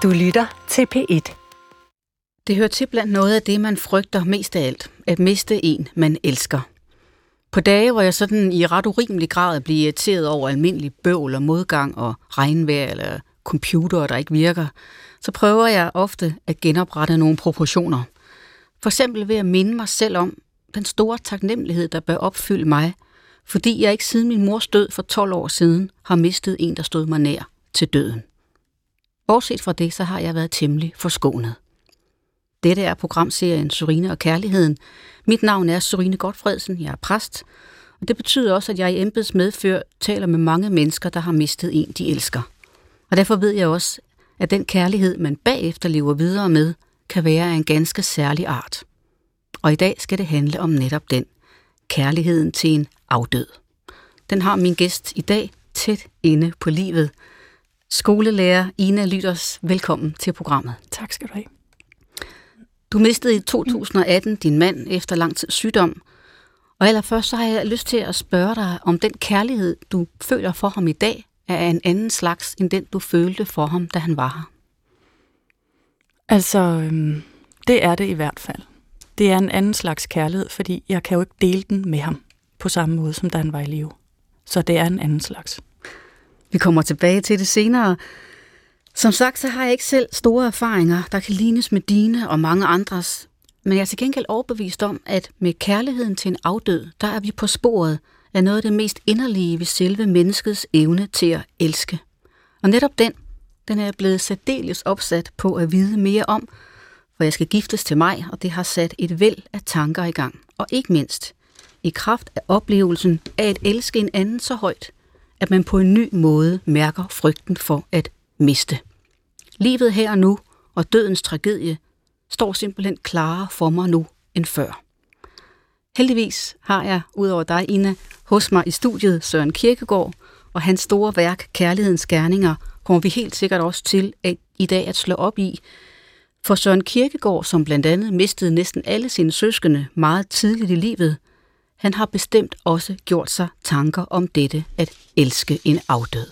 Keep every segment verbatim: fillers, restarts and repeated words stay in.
Du lytter til P et. Det hører til blandt noget af det, man frygter mest af alt. At miste en, man elsker. På dage, hvor jeg sådan i ret urimelig grad bliver irriteret over almindelig bøvl og modgang og regnvejr eller computere, der ikke virker, så prøver jeg ofte at genoprette nogle proportioner. For eksempel ved at minde mig selv om den store taknemmelighed, der bør opfylde mig, fordi jeg ikke siden min mors død for tolv år siden har mistet en, der stod mig nær til døden. Bortset fra det, så har jeg været temmelig forskånet. Dette er programserien Sørine og Kærligheden. Mit navn er Sørine Gotfredsen, jeg er præst, og det betyder også, at jeg i embeds medfør taler med mange mennesker, der har mistet en, de elsker. Og derfor ved jeg også, at den kærlighed, man bagefter lever videre med, kan være af en ganske særlig art. Og i dag skal det handle om netop den. Kærligheden til en afdød. Den har min gæst i dag tæt inde på livet. Skolelærer Ina Lyders, velkommen til programmet. Tak skal du have. Du mistede i to tusind atten din mand efter lang tids sygdom. Og allerførst så har jeg lyst til at spørge dig, om den kærlighed, du føler for ham i dag, er en anden slags, end den du følte for ham, da han var her. Altså, øhm, det er det i hvert fald. Det er en anden slags kærlighed, fordi jeg kan jo ikke dele den med ham på samme måde, som da han var i live. Så det er en anden slags. Vi kommer tilbage til det senere. Som sagt, så har jeg ikke selv store erfaringer, der kan lignes med dine og mange andres. Men jeg er til gengæld overbevist om, at med kærligheden til en afdød, der er vi på sporet af noget af det mest inderlige ved selve menneskets evne til at elske. Og netop den, den er jeg blevet særdeles opsat på at vide mere om, for jeg skal giftes til mig, og det har sat et væld af tanker i gang. Og ikke mindst, i kraft af oplevelsen af at elske en anden så højt, at man på en ny måde mærker frygten for at miste. Livet her og nu og dødens tragedie står simpelthen klarere for mig nu end før. Heldigvis har jeg, udover dig, Ina, hos mig i studiet Søren Kierkegaard, og hans store værk, Kærlighedens Gerninger, kommer vi helt sikkert også til at, i dag at slå op i. For Søren Kierkegaard, som blandt andet mistede næsten alle sine søskende meget tidligt i livet, han har bestemt også gjort sig tanker om dette at elske en afdød.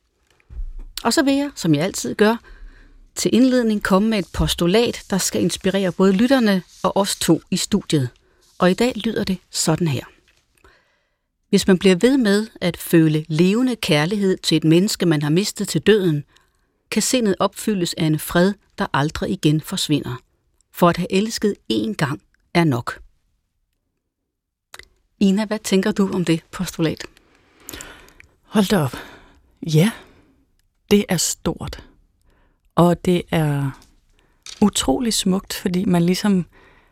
Og så vil jeg, som jeg altid gør, til indledning komme med et postulat, der skal inspirere både lytterne og os to i studiet. Og i dag lyder det sådan her. Hvis man bliver ved med at føle levende kærlighed til et menneske, man har mistet til døden, kan sindet opfyldes af en fred, der aldrig igen forsvinder. For at have elsket én gang er nok. Ina, hvad tænker du om det postulat? Hold da op. Ja, det er stort. Og det er utrolig smukt, fordi man ligesom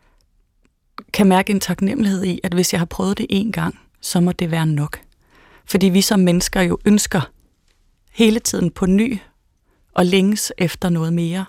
kan mærke en taknemmelighed i, at hvis jeg har prøvet det én gang, så må det være nok. Fordi vi som mennesker jo ønsker hele tiden på ny og længes efter noget mere.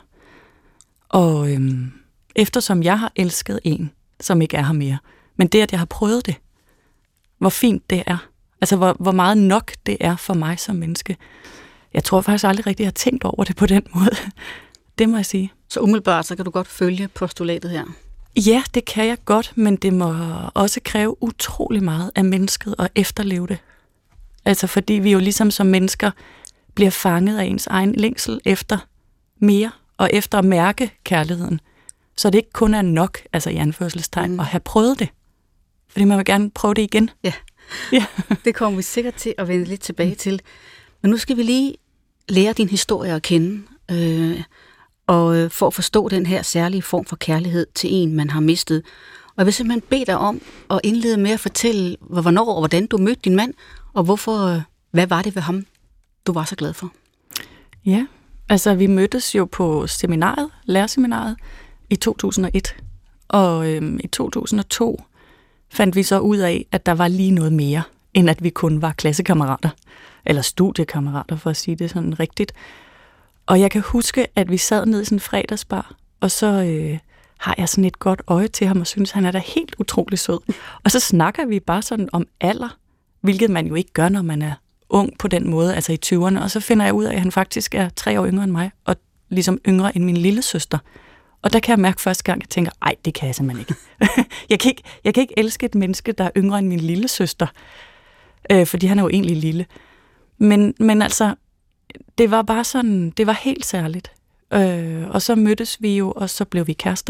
Og øhm, eftersom jeg har elsket en, som ikke er her mere, men det, at jeg har prøvet det, hvor fint det er, altså hvor, hvor meget nok det er for mig som menneske. Jeg tror faktisk aldrig rigtig, jeg har tænkt over det på den måde. Det må jeg sige. Så umiddelbart, så kan du godt følge postulatet her? Ja, det kan jeg godt, men det må også kræve utrolig meget af mennesket at efterleve det. Altså fordi vi jo ligesom som mennesker bliver fanget af ens egen længsel efter mere, og efter at mærke kærligheden. Så det ikke kun er nok, altså i anførselstegn, mm. at have prøvet det. Fordi man vil gerne prøve det igen. Ja, ja. Det kommer vi sikkert til at vende lidt tilbage mm. til. Men nu skal vi lige lære din historie at kende, øh, og for at forstå den her særlige form for kærlighed til en, man har mistet. Og jeg vil simpelthen bede dig om at indlede med at fortælle, hvornår og hvordan du mødte din mand, og hvorfor, hvad var det ved ham, du var så glad for? Ja, altså vi mødtes jo på seminaret, lærerseminaret, i to tusind og et. Og øhm, i to tusind og to fandt vi så ud af, at der var lige noget mere, end at vi kun var klassekammerater. Eller studiekammerater, for at sige det sådan rigtigt. Og jeg kan huske, at vi sad ned i sådan en fredagsbar, og så øh, har jeg sådan et godt øje til ham, og synes, han er da helt utrolig sød. Og så snakker vi bare sådan om alder, hvilket man jo ikke gør, når man er ung på den måde, altså i tyverne. Og så finder jeg ud af, at han faktisk er tre år yngre end mig, og ligesom yngre end min lille søster. Og der kan jeg mærke første gang, at jeg tænker, ej, det kan jeg simpelthen ikke. jeg, kan ikke jeg kan ikke elske et menneske, der er yngre end min lille søster, øh, fordi han er jo egentlig lille. Men, men altså, det var bare sådan, det var helt særligt. Øh, og så mødtes vi jo, og så blev vi kærester.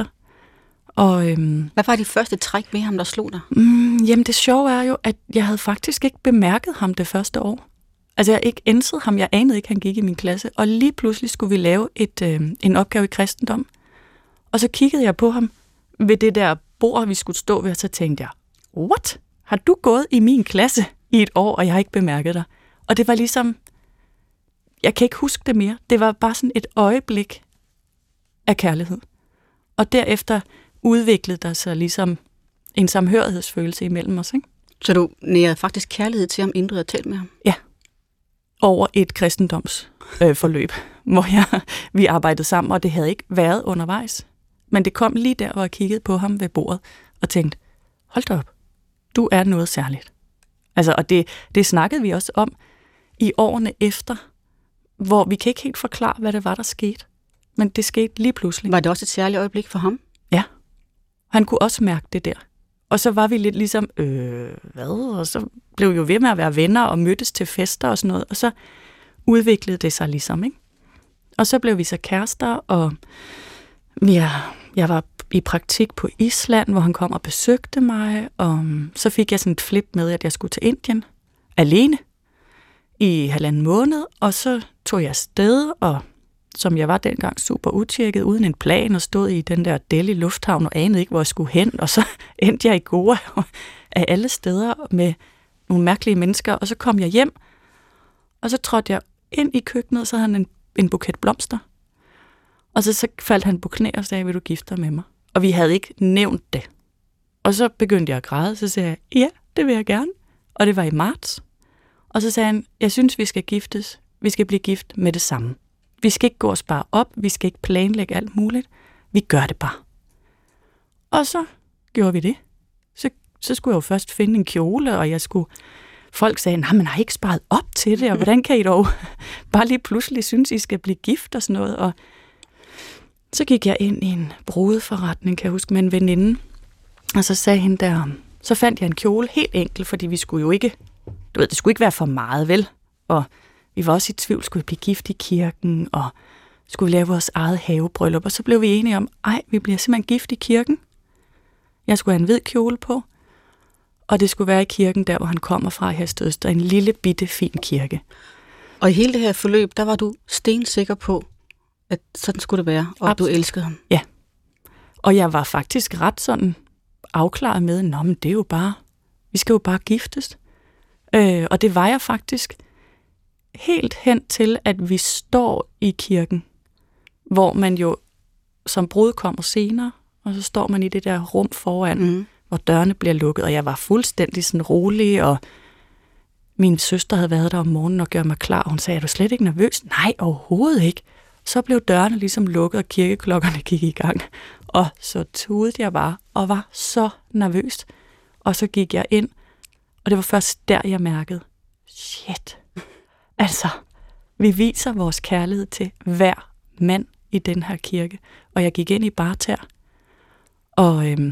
Og, øhm, Hvad var de første træk ved ham, der slog dig? Mm, jamen det sjove er jo, at jeg havde faktisk ikke bemærket ham det første år. Altså jeg ikke ensede ham, jeg anede ikke, han gik i min klasse. Og lige pludselig skulle vi lave et, øh, en opgave i kristendom. Og så kiggede jeg på ham ved det der bord, vi skulle stå ved, og så tænkte jeg, what? Har du gået i min klasse i et år, og jeg har ikke bemærket dig? Og det var ligesom, jeg kan ikke huske det mere. Det var bare sådan et øjeblik af kærlighed. Og derefter udviklede der sig ligesom en samhørighedsfølelse imellem os, ikke? Så du nærede faktisk kærlighed til ham, inden du havde talt med ham? Ja. Over et kristendomsforløb, øh, hvor jeg, vi arbejdede sammen, og det havde ikke været undervejs. Men det kom lige der, hvor jeg kiggede på ham ved bordet og tænkte, hold da op, du er noget særligt. Altså, og det, det snakkede vi også om i årene efter, hvor vi kan ikke helt forklare, hvad det var, der skete. Men det skete lige pludselig. Var det også et særligt øjeblik for ham? Ja. Han kunne også mærke det der. Og så var vi lidt ligesom, øh, hvad? Og så blev vi jo ved med at være venner og mødtes til fester og sådan noget. Og så udviklede det sig ligesom, ikke? Og så blev vi så kærester, og ja, jeg var i praktik på Island, hvor han kom og besøgte mig. Og så fik jeg sådan et flip med, at jeg skulle til Indien alene i halvanden måned. Og så tog jeg afsted, og som jeg var dengang super utjekket, uden en plan, og stod i den der Delhi lufthavn og anede ikke, hvor jeg skulle hen. Og så endte jeg i Goa af alle steder med nogle mærkelige mennesker. Og så kom jeg hjem, og så trådte jeg ind i køkkenet, og så havde han en, en buket blomster. Og så, så faldt han på knæ og sagde, vil du gifte dig med mig? Og vi havde ikke nævnt det. Og så begyndte jeg at græde, så sagde jeg, ja, det vil jeg gerne. Og det var i marts. Og så sagde han, jeg synes, vi skal giftes. Vi skal blive gift med det samme. Vi skal ikke gå og spare op, vi skal ikke planlægge alt muligt. Vi gør det bare. Og så gjorde vi det. Så, så skulle jeg jo først finde en kjole, og jeg skulle... Folk sagde, nej, man har ikke sparet op til det, og hvordan kan I dog bare lige pludselig synes, I skal blive gift og sådan noget. Og så gik jeg ind i en brudeforretning, kan jeg huske, med en veninde, og så sagde hende der, så fandt jeg en kjole helt enkelt, fordi vi skulle jo ikke, du ved, det skulle ikke være for meget, vel? Og vi var også i tvivl, skulle vi blive gift i kirken, og skulle vi lave vores eget havebryllup, og så blev vi enige om, ej, vi bliver simpelthen gift i kirken. Jeg skulle have en hvid kjole på, og det skulle være i kirken, der hvor han kommer fra i Herstedøster, en lille, bitte, fin kirke. Og i hele det her forløb, der var du stensikker på, at sådan skulle det være, og Absolut. Du elskede ham. Ja, og jeg var faktisk ret sådan afklaret med, nå, men det er jo bare, vi skal jo bare giftes. Øh, og det var jeg faktisk helt hen til, at vi står i kirken, hvor man jo som brud kommer senere, og så står man i det der rum foran, mm. hvor dørene bliver lukket, og jeg var fuldstændig sådan rolig, og min søster havde været der om morgenen og gjort mig klar, og hun sagde, er du slet ikke nervøs? Nej, overhovedet ikke. Så blev dørene ligesom lukket, og kirkeklokkerne gik i gang, og så tudede jeg bare, og var så nervøs. Og så gik jeg ind, og det var først der, jeg mærkede, shit, altså, vi viser vores kærlighed til hver mand i den her kirke. Og jeg gik ind i barter, og, øhm,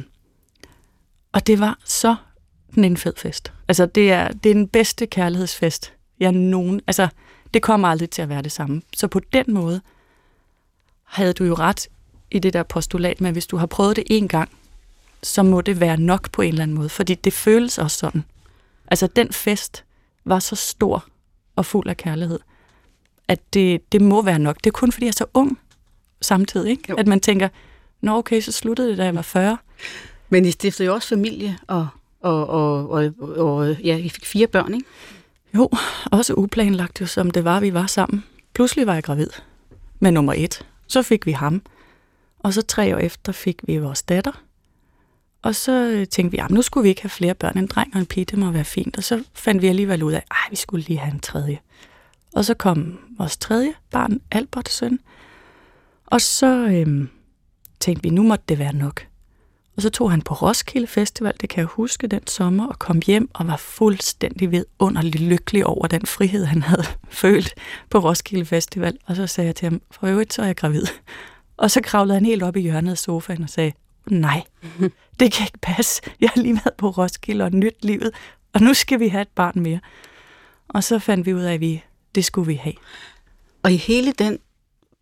og det var så en fed fest. Altså, det er, det er den bedste kærlighedsfest, jeg nogen... Altså, det kommer aldrig til at være det samme. Så på den måde havde du jo ret i det der postulat med, at hvis du har prøvet det en gang, så må det være nok på en eller anden måde. Fordi det føles også sådan. Altså, den fest var så stor og fuld af kærlighed, at det, det må være nok. Det er kun fordi, jeg er så ung samtidig, ikke? Jo. At man tænker, nå okay, så sluttede det, da jeg var fyrre. Men I stiftede jo også familie, og, og, og, og, og ja, I fik fire børn, ikke? Jo, også uplanlagt jo, som det var, vi var sammen. Pludselig var jeg gravid med nummer et. Så fik vi ham. Og så tre år efter fik vi vores datter. Og så tænkte vi, at nu skulle vi ikke have flere børn. En dreng og en pige, det må være fint. Og så fandt vi alligevel ud af, at vi skulle lige have en tredje. Og så kom vores tredje barn, Albert søn. Og så øhm, tænkte vi, nu måtte det være nok. Og så tog han på Roskilde Festival, det kan jeg huske, den sommer, og kom hjem og var fuldstændig vidunderligt lykkelig over den frihed, han havde følt på Roskilde Festival. Og så sagde jeg til ham, for øvrigt, så er jeg gravid. Og så kravlede han helt op i hjørnet af sofaen og sagde, nej, det kan ikke passe. Jeg har lige været på Roskilde og nyt livet, og nu skal vi have et barn mere. Og så fandt vi ud af, at vi, det skulle vi have. Og i hele den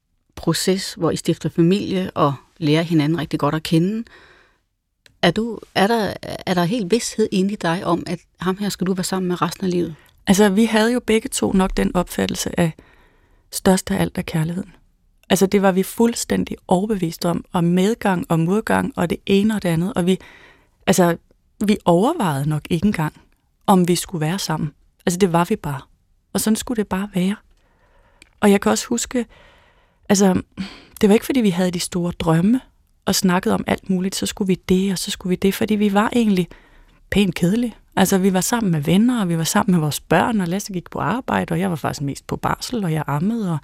proces, hvor I stifter familie og lærer hinanden rigtig godt at kende. Er, du, er, der, er der helt vidsthed inde i dig om, at ham her skal du være sammen med resten af livet? Altså, vi havde jo begge to nok den opfattelse af størst af alt af kærligheden. Altså, det var vi fuldstændig overbevist om, og medgang og modgang, og det ene og det andet. Og vi, altså, vi overvejede nok ikke engang, om vi skulle være sammen. Altså, det var vi bare. Og sådan skulle det bare være. Og jeg kan også huske, altså, det var ikke, fordi vi havde de store drømme, og snakkede om alt muligt, så skulle vi det, og så skulle vi det, fordi vi var egentlig pænt kedelige. Altså, vi var sammen med venner, og vi var sammen med vores børn, og Lasse gik på arbejde, og jeg var faktisk mest på barsel, og jeg ammede, og,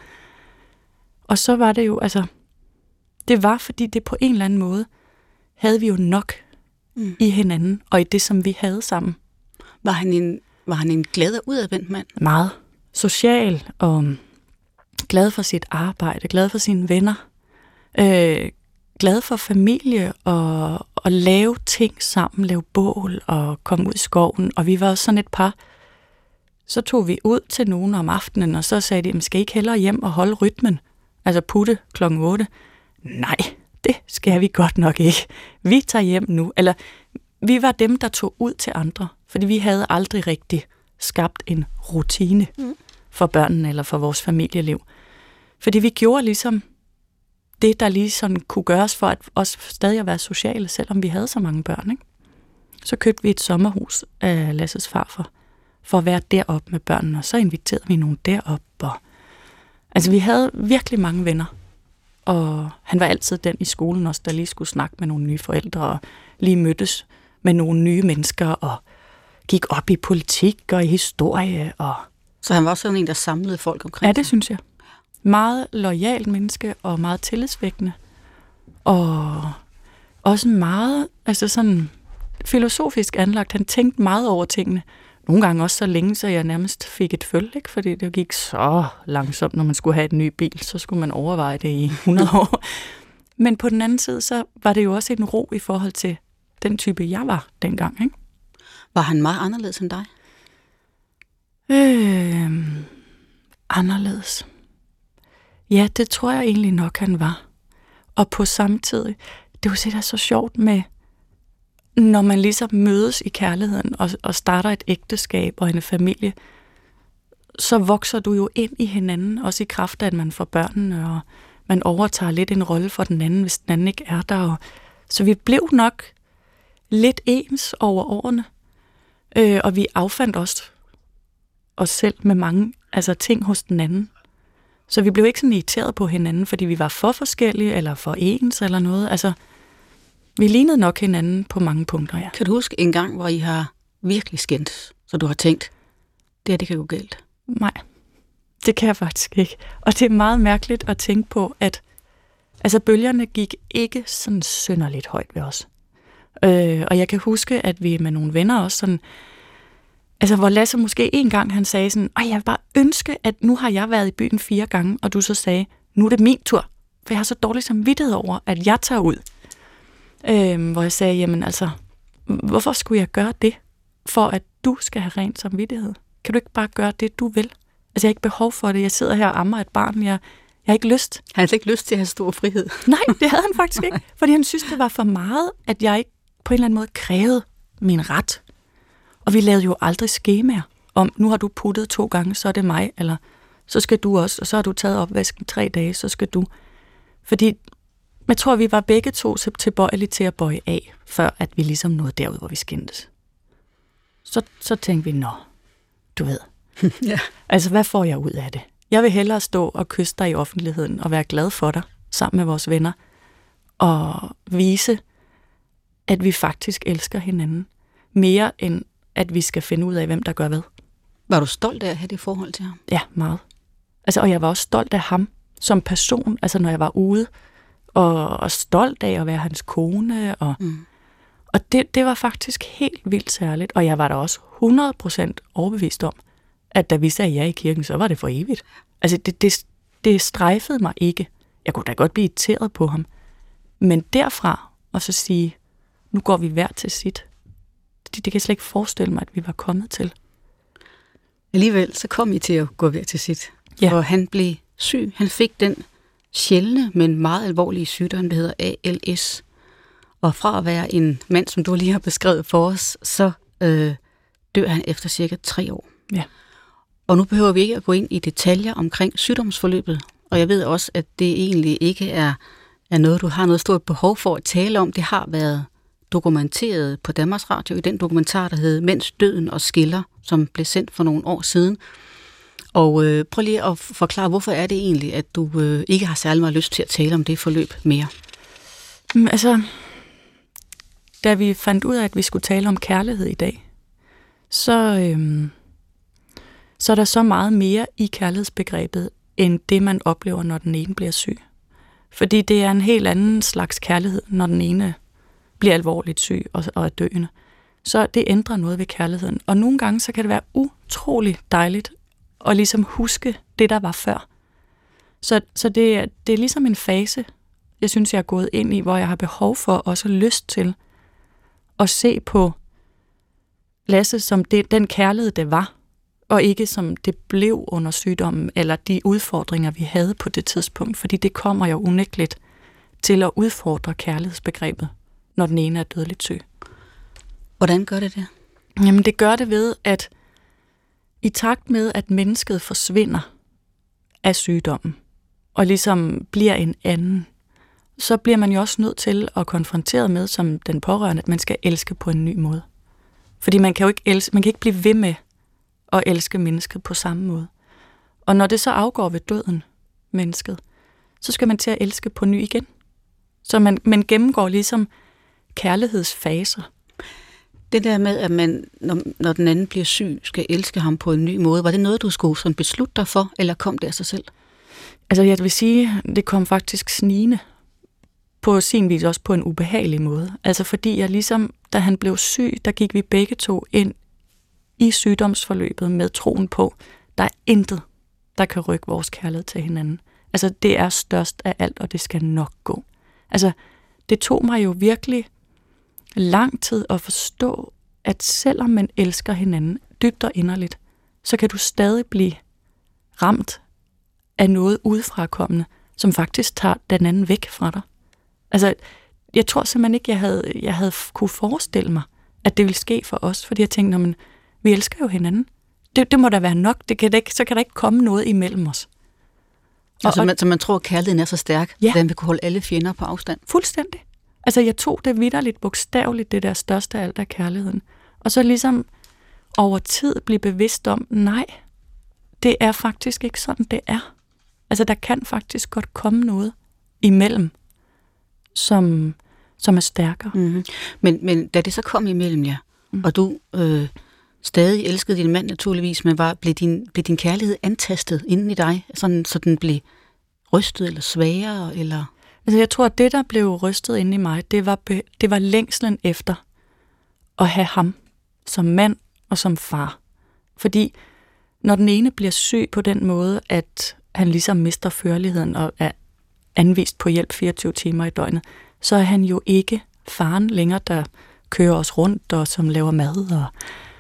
og så var det jo, altså, det var, fordi det på en eller anden måde, havde vi jo nok mm. i hinanden, og i det, som vi havde sammen. Var han en, var han en glad og udadvendt mand? Meget. Social, og glad for sit arbejde, glad for sine venner, øh, glad for familie og, og lave ting sammen, lave bål og komme ud i skoven. Og vi var også sådan et par. Så tog vi ud til nogen om aftenen, og så sagde de, skal I ikke hellere hjem og holde rytmen? Altså putte klokken otte. Nej, det skal vi godt nok ikke. Vi tager hjem nu. Eller vi var dem, der tog ud til andre, fordi vi havde aldrig rigtig skabt en rutine mm. for børnene eller for vores familieliv. Fordi vi gjorde ligesom det, der lige sådan kunne gøres for at også stadig at være sociale, selvom vi havde så mange børn, ikke? Så købte vi et sommerhus af Lasses farfar, for at være deroppe med børnene, og så inviterede vi nogen derop. Og altså, vi havde virkelig mange venner, og han var altid den i skolen også, der lige skulle snakke med nogle nye forældre, og lige mødtes med nogle nye mennesker, og gik op i politik og i historie. Og så han var også sådan en, der samlede folk omkring. Ja, det synes jeg. Meget loyalt menneske, og meget tillidsvækkende. Og også meget, altså sådan filosofisk anlagt. Han tænkte meget over tingene. Nogle gange også så længe, så jeg nærmest fik et følge, ikke? Fordi det gik så langsomt, når man skulle have en ny bil, så skulle man overveje det i hundrede år. Men på den anden side, så var det jo også en ro i forhold til den type, jeg var dengang, ikke? Var han meget anderledes end dig? Øh, anderledes. Ja, det tror jeg egentlig nok, han var. Og på samme tid, det er jo det, der er så sjovt med, når man ligesom mødes i kærligheden og, og starter et ægteskab og en familie, så vokser du jo ind i hinanden, også i kraft af, at man får børnene, og man overtager lidt en rolle for den anden, hvis den anden ikke er der. Og, så vi blev nok lidt ens over årene, øh, og vi affandt også os selv med mange altså, ting hos den anden. Så vi blev ikke sådan irriteret på hinanden, fordi vi var for forskellige, eller for ens, eller noget. Altså, vi lignede nok hinanden på mange punkter, ja. Kan du huske en gang, hvor I har virkelig skændt, så du har tænkt, det her, det kan gå galt? Nej, det kan jeg faktisk ikke. Og det er meget mærkeligt at tænke på, at altså, bølgerne gik ikke sådan synderligt højt ved os. Øh, og jeg kan huske, at vi med nogle venner også sådan, altså hvor Lasse måske en gang, han sagde sådan, jeg vil bare ønske, at nu har jeg været i byen fire gange, og du så sagde, nu er det min tur, for jeg har så dårlig samvittighed over, at jeg tager ud. Øh, hvor jeg sagde, jamen altså, hvorfor skulle jeg gøre det, for at du skal have ren samvittighed? Kan du ikke bare gøre det, du vil? Altså, jeg har ikke behov for det. Jeg sidder her og ammer et barn. Jeg, jeg har ikke lyst. Han havde ikke lyst til at have stor frihed. Nej, det havde han faktisk ikke. Fordi han synes, det var for meget, at jeg ikke på en eller anden måde krævede min ret. Og vi lavede jo aldrig skemaer om, nu har du puttet to gange, så er det mig, eller så skal du også, og så har du taget opvasken tre dage, så skal du. Fordi jeg tror, vi var begge to tilbøjelige til at bøje af, før at vi ligesom nåede derud, hvor vi skændtes. Så, så tænkte vi, nå, du ved. Ja. Altså, hvad får jeg ud af det? Jeg vil hellere stå og kysse dig i offentligheden og være glad for dig, sammen med vores venner, og vise, at vi faktisk elsker hinanden, mere end at vi skal finde ud af, hvem der gør hvad. Var du stolt af at have det forhold til ham? Ja, meget. Altså, og jeg var også stolt af ham som person, altså når jeg var ude, og, og stolt af at være hans kone, og, mm. og det, det var faktisk helt vildt særligt, og jeg var da også hundrede procent overbevist om, at da vi sagde ja i kirken, så var det for evigt. Altså, det, det, det strejfede mig ikke. Jeg kunne da godt blive irriteret på ham. Men derfra, og så sige, nu går vi hver til sit. Det, det kan jeg slet ikke forestille mig, at vi var kommet til. Alligevel, så kom I til at gå hver til sit. Ja. Og han blev syg. Han fik den sjældne, men meget alvorlige sygdom, der hedder A L S. Og fra at være en mand, som du lige har beskrevet for os, så øh, dør han efter cirka tre år. Ja. Og nu behøver vi ikke at gå ind i detaljer omkring sygdomsforløbet, og jeg ved også, at det egentlig ikke er, er noget, du har noget stort behov for at tale om. Det har været dokumenteret på Danmarks Radio i den dokumentar, der hed Mens døden og skiller, som blev sendt for nogle år siden. Og øh, prøv lige at forklare, hvorfor er det egentlig, at du øh, ikke har særlig meget lyst til at tale om det forløb mere? Men, altså, da vi fandt ud af, at vi skulle tale om kærlighed i dag, så, øh, så er der så meget mere i kærlighedsbegrebet, end det, man oplever, når den ene bliver syg. Fordi det er en helt anden slags kærlighed, når den ene bliver alvorligt syg og, og er døende. Så det ændrer noget ved kærligheden. Og nogle gange, så kan det være utrolig dejligt at ligesom huske det, der var før. Så, så det, det er ligesom en fase, jeg synes, jeg er gået ind i, hvor jeg har behov for også lyst til at se på Lasse som det, den kærlighed, det var, og ikke som det blev under sygdommen, eller de udfordringer, vi havde på det tidspunkt, fordi det kommer jo unægteligt til at udfordre kærlighedsbegrebet, når den ene er dødeligt syg. Hvordan gør det det? Jamen, det gør det ved, at i takt med, at mennesket forsvinder af sygdommen, og ligesom bliver en anden, så bliver man jo også nødt til at konfrontere med, som den pårørende, at man skal elske på en ny måde. Fordi man kan jo ikke, elske, man kan ikke blive ved med at elske mennesket på samme måde. Og når det så afgår ved døden, mennesket, så skal man til at elske på ny igen. Så man, man gennemgår ligesom kærlighedsfaser. Det der med, at man, når, når den anden bliver syg, skal elske ham på en ny måde, var det noget, du skulle sådan beslutte dig for, eller kom det af sig selv? Altså, jeg vil sige, det kom faktisk snigende. På sin vis også på en ubehagelig måde. Altså, fordi jeg ligesom, da han blev syg, der gik vi begge to ind i sygdomsforløbet med troen på, der er intet, der kan rykke vores kærlighed til hinanden. Altså, det er størst af alt, og det skal nok gå. Altså, det tog mig jo virkelig lang tid at forstå, at selvom man elsker hinanden dybt og inderligt, så kan du stadig blive ramt af noget udefrakommende, som faktisk tager den anden væk fra dig. Altså, jeg tror simpelthen ikke, jeg havde, jeg havde kunne forestille mig, at det ville ske for os, fordi jeg tænkte, men vi elsker jo hinanden. Det, det må da være nok, det kan da ikke, så kan der ikke komme noget imellem os. Og, altså, man, så man tror, at kærligheden er så stærk, ja, at den vil kunne holde alle fjender på afstand? Fuldstændig. Altså, jeg tog det vitterligt bogstaveligt, det der største af alt af kærligheden. Og så ligesom over tid blive bevidst om, nej, det er faktisk ikke sådan, det er. Altså, der kan faktisk godt komme noget imellem, som, som er stærkere. Mm-hmm. Men, men da det så kom imellem jer, mm. og du øh, stadig elskede din mand naturligvis, men var, blev, din, blev din kærlighed antastet inden i dig, sådan, så den blev rystet eller svagere? Eller? Altså, jeg tror, at det, der blev rystet inde i mig, det var, be, det var længslen efter at have ham som mand og som far. Fordi når den ene bliver syg på den måde, at han ligesom mister førligheden og er anvist på hjælp fireogtyve timer i døgnet, så er han jo ikke faren længere, der kører os rundt og som laver mad. Og,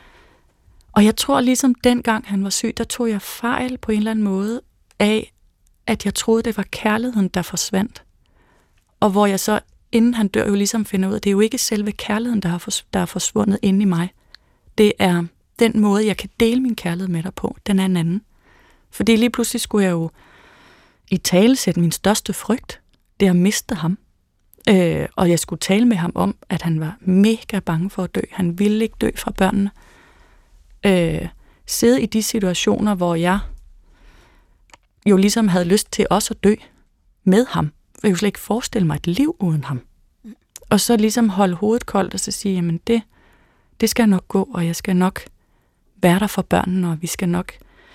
og jeg tror ligesom dengang han var syg, der tog jeg fejl på en eller anden måde af, at jeg troede, det var kærligheden, der forsvandt. Og hvor jeg så, inden han dør, jo ligesom finder ud af, det er jo ikke selve kærligheden, der, har fors- der er forsvundet inde i mig. Det er den måde, jeg kan dele min kærlighed med dig på. Den er en anden. Fordi lige pludselig skulle jeg jo i tale sætte min største frygt, det er at miste ham. Øh, og jeg skulle tale med ham om, at han var mega bange for at dø. Han ville ikke dø fra børnene. Øh, sidde i de situationer, hvor jeg jo ligesom havde lyst til også at dø med ham. Jeg kunne slet ikke forestille mig et liv uden ham. Og så ligesom holde hovedet koldt og så sige, jamen det, det skal nok gå, og jeg skal nok være der for børnene, og vi skal nok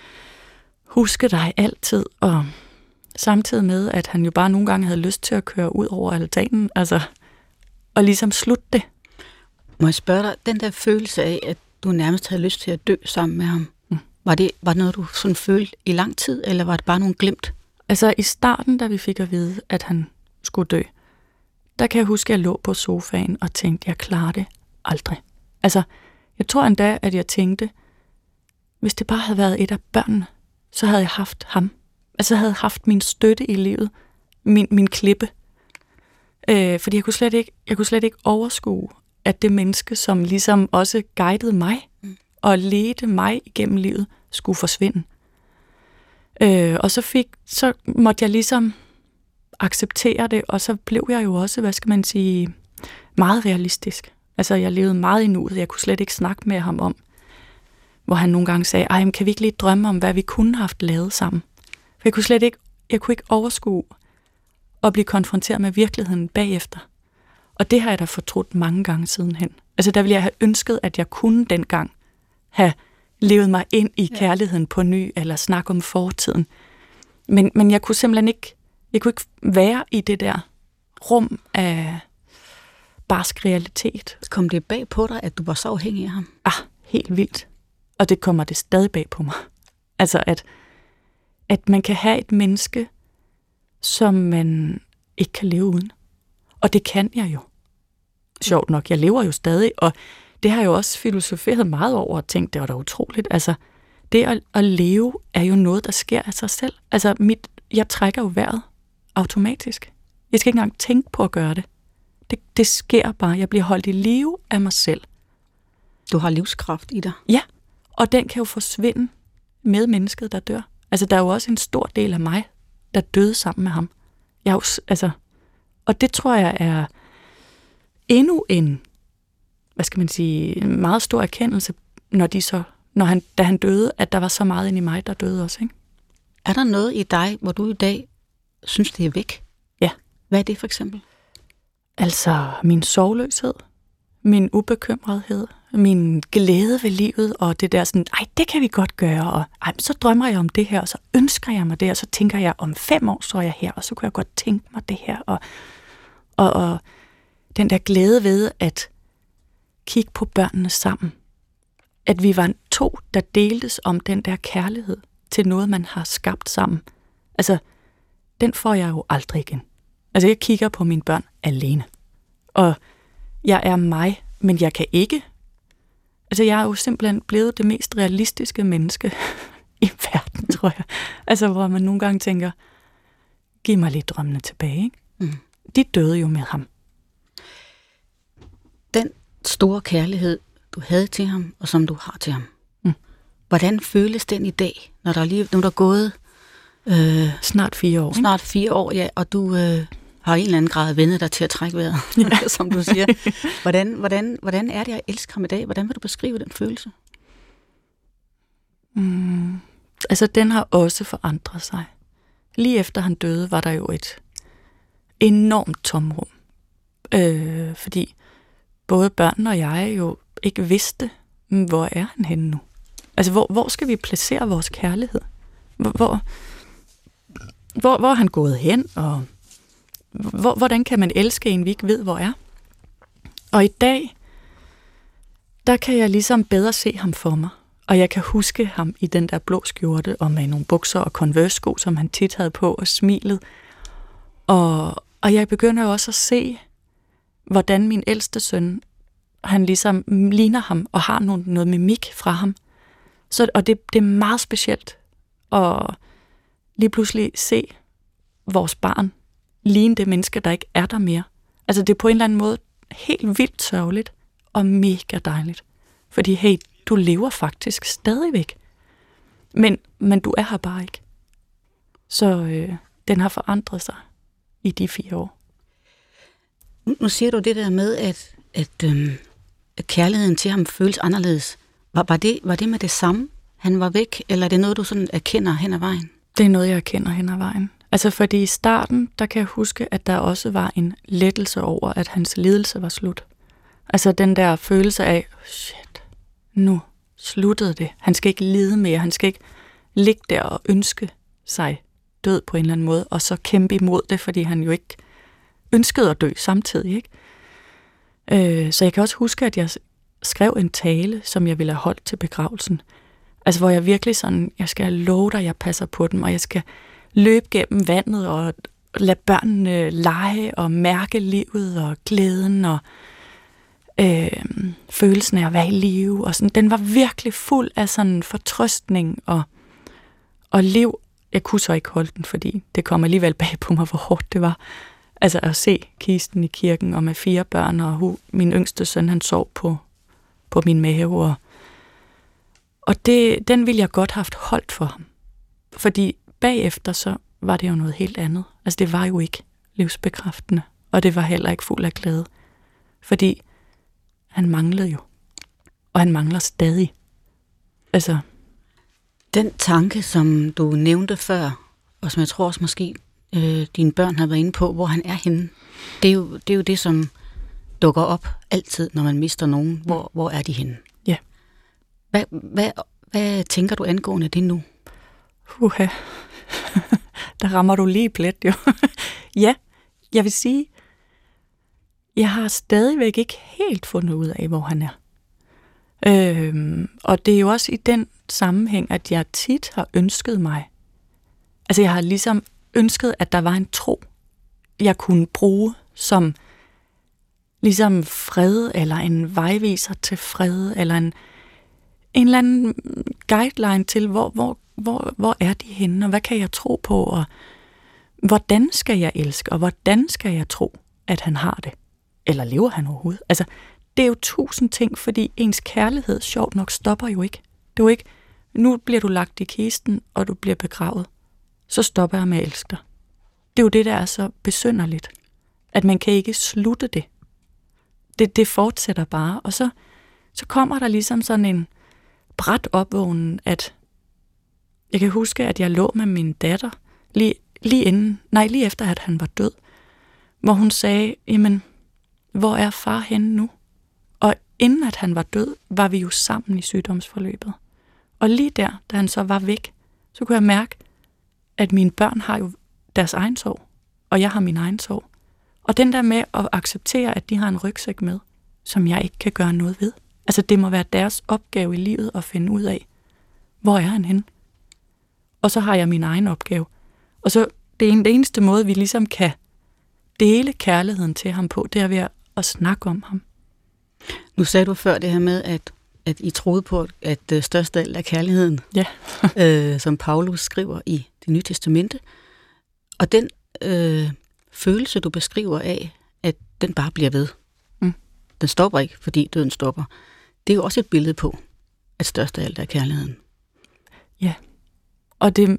huske dig altid, og samtidig med, at han jo bare nogle gange havde lyst til at køre ud over altanen, altså, og ligesom slutte det. Må jeg spørge dig, den der følelse af, at du nærmest havde lyst til at dø sammen med ham, mm. var det var det noget, du sådan følte i lang tid, eller var det bare nogle glimt? Altså i starten, da vi fik at vide, at han skulle dø, der kan jeg huske, at jeg lå på sofaen og tænkte, jeg klarer det aldrig. Altså, jeg tror endda, at jeg tænkte, hvis det bare havde været et af børnene, så havde jeg haft ham. Altså, jeg havde haft min støtte i livet min, min klippe. Øh, fordi jeg kunne, slet ikke, jeg kunne slet ikke overskue, at det menneske, som ligesom også guidede mig mm. og ledte mig igennem livet, skulle forsvinde. Øh, og så, fik, så måtte jeg ligesom acceptere det, og så blev jeg jo også, hvad skal man sige, meget realistisk. Altså, jeg levede meget i nuet. Jeg kunne slet ikke snakke med ham om, hvor han nogle gange sagde, ej, men kan vi ikke lige drømme om, hvad vi kunne have haft lavet sammen? For jeg kunne slet ikke, jeg kunne ikke overskue at blive konfronteret med virkeligheden bagefter. Og det har jeg da fortrudt mange gange sidenhen. Altså, der ville jeg have ønsket, at jeg kunne dengang have levet mig ind i kærligheden på ny, eller snakke om fortiden. Men, men jeg kunne simpelthen ikke, jeg kunne ikke være i det der rum af barsk realitet. Kom det bag på dig, at du var så afhængig af ham? Ah, helt vildt. Og det kommer det stadig bag på mig. Altså, at, at man kan have et menneske, som man ikke kan leve uden. Og det kan jeg jo. Sjovt nok, jeg lever jo stadig, og det har jeg jo også filosoferet meget over og tænkt, det var da utroligt. Altså, det at, at leve er jo noget, der sker af sig selv. Altså, mit, jeg trækker jo vejret automatisk. Jeg skal ikke engang tænke på at gøre det. Det, det sker bare. Jeg bliver holdt i live af mig selv. Du har livskraft i dig. Ja, og den kan jo forsvinde med mennesket, der dør. Altså, der er jo også en stor del af mig, der døde sammen med ham. Jeg er jo, altså, og det tror jeg er endnu en, hvad skal man sige, en meget stor erkendelse, når de så, når han, da han døde, at der var så meget inde i mig, der døde også, ikke? Er der noget i dig, hvor du i dag synes, det er væk? Ja. Hvad er det for eksempel? Altså min sorgløshed, min ubekymrethed, min glæde ved livet, og det der sådan, ej, det kan vi godt gøre, og ej, så drømmer jeg om det her, og så ønsker jeg mig det, og så tænker jeg, om fem år så er jeg her, og så kunne jeg godt tænke mig det her, og, og, og den der glæde ved at kigge på børnene sammen. At vi var to, der deltes om den der kærlighed til noget, man har skabt sammen. Altså, den får jeg jo aldrig igen. Altså, jeg kigger på mine børn alene. Og jeg er mig, men jeg kan ikke. Altså, jeg er jo simpelthen blevet det mest realistiske menneske i verden, tror jeg. Altså, hvor man nogle gange tænker, giv mig lidt drømmene tilbage, ikke? Mm. De døde jo med ham. Den store kærlighed, du havde til ham, og som du har til ham. Mm. Hvordan føles den i dag, når der er, lige, når der er gået øh, snart fire år? Snart fire år, ja, og du øh, har en eller anden grad vendet dig til at trække vejret, ja. Som du siger. Hvordan, hvordan, hvordan er det at elske ham i dag? Hvordan vil du beskrive den følelse? Mm, altså, den har også forandret sig. Lige efter han døde, var der jo et enormt tomrum. Øh, fordi både børn og jeg jo ikke vidste, hvor er han henne nu? Altså, hvor, hvor skal vi placere vores kærlighed? Hvor, hvor, hvor, hvor er han gået hen? Og hvor, hvordan kan man elske en, vi ikke ved, hvor er? Og i dag, der kan jeg ligesom bedre se ham for mig. Og jeg kan huske ham i den der blå skjorte, og med nogle bukser og Converse-sko, som han tit havde på, og smilet. Og, og jeg begynder også at se, hvordan min ældste søn, han ligesom ligner ham, og har noget, noget mimik fra ham. Så, og det, det er meget specielt at lige pludselig se vores barn ligne det menneske, der ikke er der mere. Altså, det er på en eller anden måde helt vildt sørgeligt, og mega dejligt. Fordi, hey, du lever faktisk stadigvæk. Men, men du er her bare ikke. Så øh, den har forandret sig i de fire år. Nu siger du det der med, at, at, øhm, at kærligheden til ham føles anderledes. Var, var, det, var det med det samme, han var væk, eller er det noget, du sådan erkender hen ad vejen? Det er noget, jeg erkender hen ad vejen. Altså, fordi i starten, der kan jeg huske, at der også var en lettelse over, at hans lidelse var slut. Altså den der følelse af, shit, nu sluttede det. Han skal ikke lide mere, han skal ikke ligge der og ønske sig død på en eller anden måde, og så kæmpe imod det, fordi han jo ikke ønskede at dø samtidig, ikke? Øh, så jeg kan også huske, at jeg skrev en tale, som jeg ville have holdt til begravelsen. Altså, hvor jeg virkelig sådan, jeg skal love dig, jeg passer på dem, og jeg skal løbe gennem vandet og lade børnene lege og mærke livet og glæden og øh, følelsen af at være i live. Og sådan. Den var virkelig fuld af sådan fortrøstning og, og liv jeg kunne så ikke holde den, fordi det kom alligevel bag på mig, hvor hårdt det var. Altså at se kisten i kirken, og med fire børn, og hu, min yngste søn, han sov på, på min mave. Og, og det, den ville jeg godt have haft holdt for ham. Fordi bagefter, så var det jo noget helt andet. Altså det var jo ikke livsbekræftende, og det var heller ikke fuld af glæde. Fordi han manglede jo. Og han mangler stadig. Altså... Den tanke, som du nævnte før, og som jeg tror også måske øh, dine børn har været inde på, hvor han er henne, det er jo det, er jo det som dukker op altid, når man mister nogen. Hvor, hvor er de henne? Ja. Hvad, hvad, hvad tænker du angående det nu? Uha. Der rammer du lige plet, jo. Ja, jeg vil sige, jeg har stadigvæk ikke helt fundet ud af, hvor han er. Øhm, og det er jo også i den sammenhæng, at jeg tit har ønsket mig, altså jeg har ligesom ønsket, at der var en tro, jeg kunne bruge som ligesom fred, eller en vejviser til fred, eller en, en eller anden guideline til, hvor, hvor, hvor, hvor er de henne, og hvad kan jeg tro på, og hvordan skal jeg elske, og hvordan skal jeg tro, at han har det, eller lever han overhovedet? Altså, det er jo tusind ting, fordi ens kærlighed, sjovt nok, stopper jo ikke. Det er jo ikke, nu bliver du lagt i kisten, og du bliver begravet. Så stopper jeg med at elske dig. Det er jo det, der er så besynderligt. At man kan ikke slutte det. Det, det fortsætter bare. Og så, så kommer der ligesom sådan en brat opvågnen, at jeg kan huske, at jeg lå med min datter, lige, lige inden, nej, lige efter, at han var død, hvor hun sagde, jamen, hvor er far henne nu? Og inden at han var død, var vi jo sammen i sygdomsforløbet. Og lige der, da han så var væk, så kunne jeg mærke, at mine børn har jo deres egen sorg, og jeg har min egen sorg. Og den der med at acceptere, at de har en rygsæk med, som jeg ikke kan gøre noget ved. Altså det må være deres opgave i livet at finde ud af, hvor er han henne? Og så har jeg min egen opgave. Og så det er den eneste måde, vi ligesom kan dele kærligheden til ham på, det er ved at, at snakke om ham. Nu sagde du før det her med, at, at I troede på, at det største af alt er kærligheden, ja. øh, som Paulus skriver i Det Nye Testamente. Og den øh, følelse, du beskriver af, at den bare bliver ved. Mm. Den stopper ikke, fordi døden stopper. Det er jo også et billede på, at største af alt er kærligheden. Ja, og det,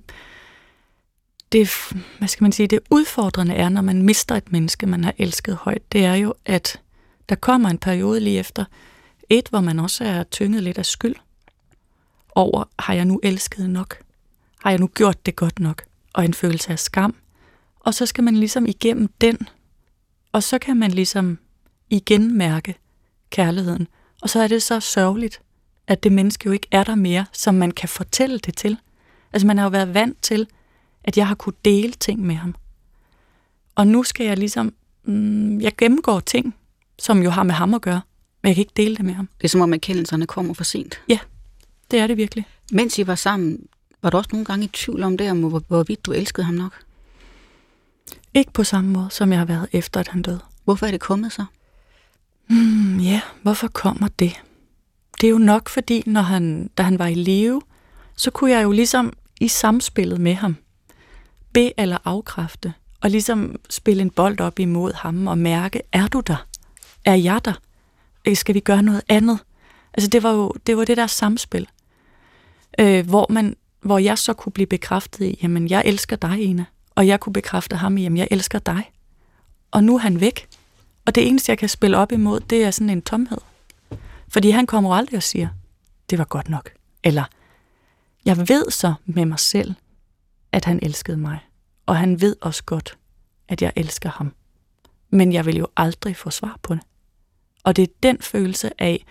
det, hvad skal man sige, det udfordrende er, når man mister et menneske, man har elsket højt, det er jo, at der kommer en periode lige efter et, hvor man også er tynget lidt af skyld over, har jeg nu elsket nok? Har jeg nu gjort det godt nok? Og en følelse af skam. Og så skal man ligesom igennem den, og så kan man ligesom igen mærke kærligheden. Og så er det så sørgeligt, at det menneske jo ikke er der mere, som man kan fortælle det til. Altså man har jo været vant til, at jeg har kunne dele ting med ham. Og nu skal jeg ligesom, mm, jeg gennemgår ting, som jo har med ham at gøre, men jeg kan ikke dele det med ham. Det er som om erkendelserne kommer for sent. Ja, det er det virkelig. Mens I var sammen, var du også nogle gange i tvivl om det, om hvor, hvorvidt du elskede ham nok? Ikke på samme måde, som jeg har været efter, at han døde. Hvorfor er det kommet så? Hmm, ja, hvorfor kommer det? Det er jo nok, fordi når han, da han var i live, så kunne jeg jo ligesom i samspillet med ham bede eller afkræfte, og ligesom spille en bold op imod ham og mærke, er du der? Er jeg der? Skal vi gøre noget andet? Altså det var jo det, var det der samspil, øh, hvor, man, hvor jeg så kunne blive bekræftet i, jamen jeg elsker dig, Ina, og jeg kunne bekræfte ham i, jamen jeg elsker dig. Og nu er han væk, og det eneste, jeg kan spille op imod, det er sådan en tomhed. Fordi han kommer aldrig og siger, det var godt nok. Eller, jeg ved så med mig selv, at han elskede mig. Og han ved også godt, at jeg elsker ham. Men jeg vil jo aldrig få svar på det. Og det er den følelse af,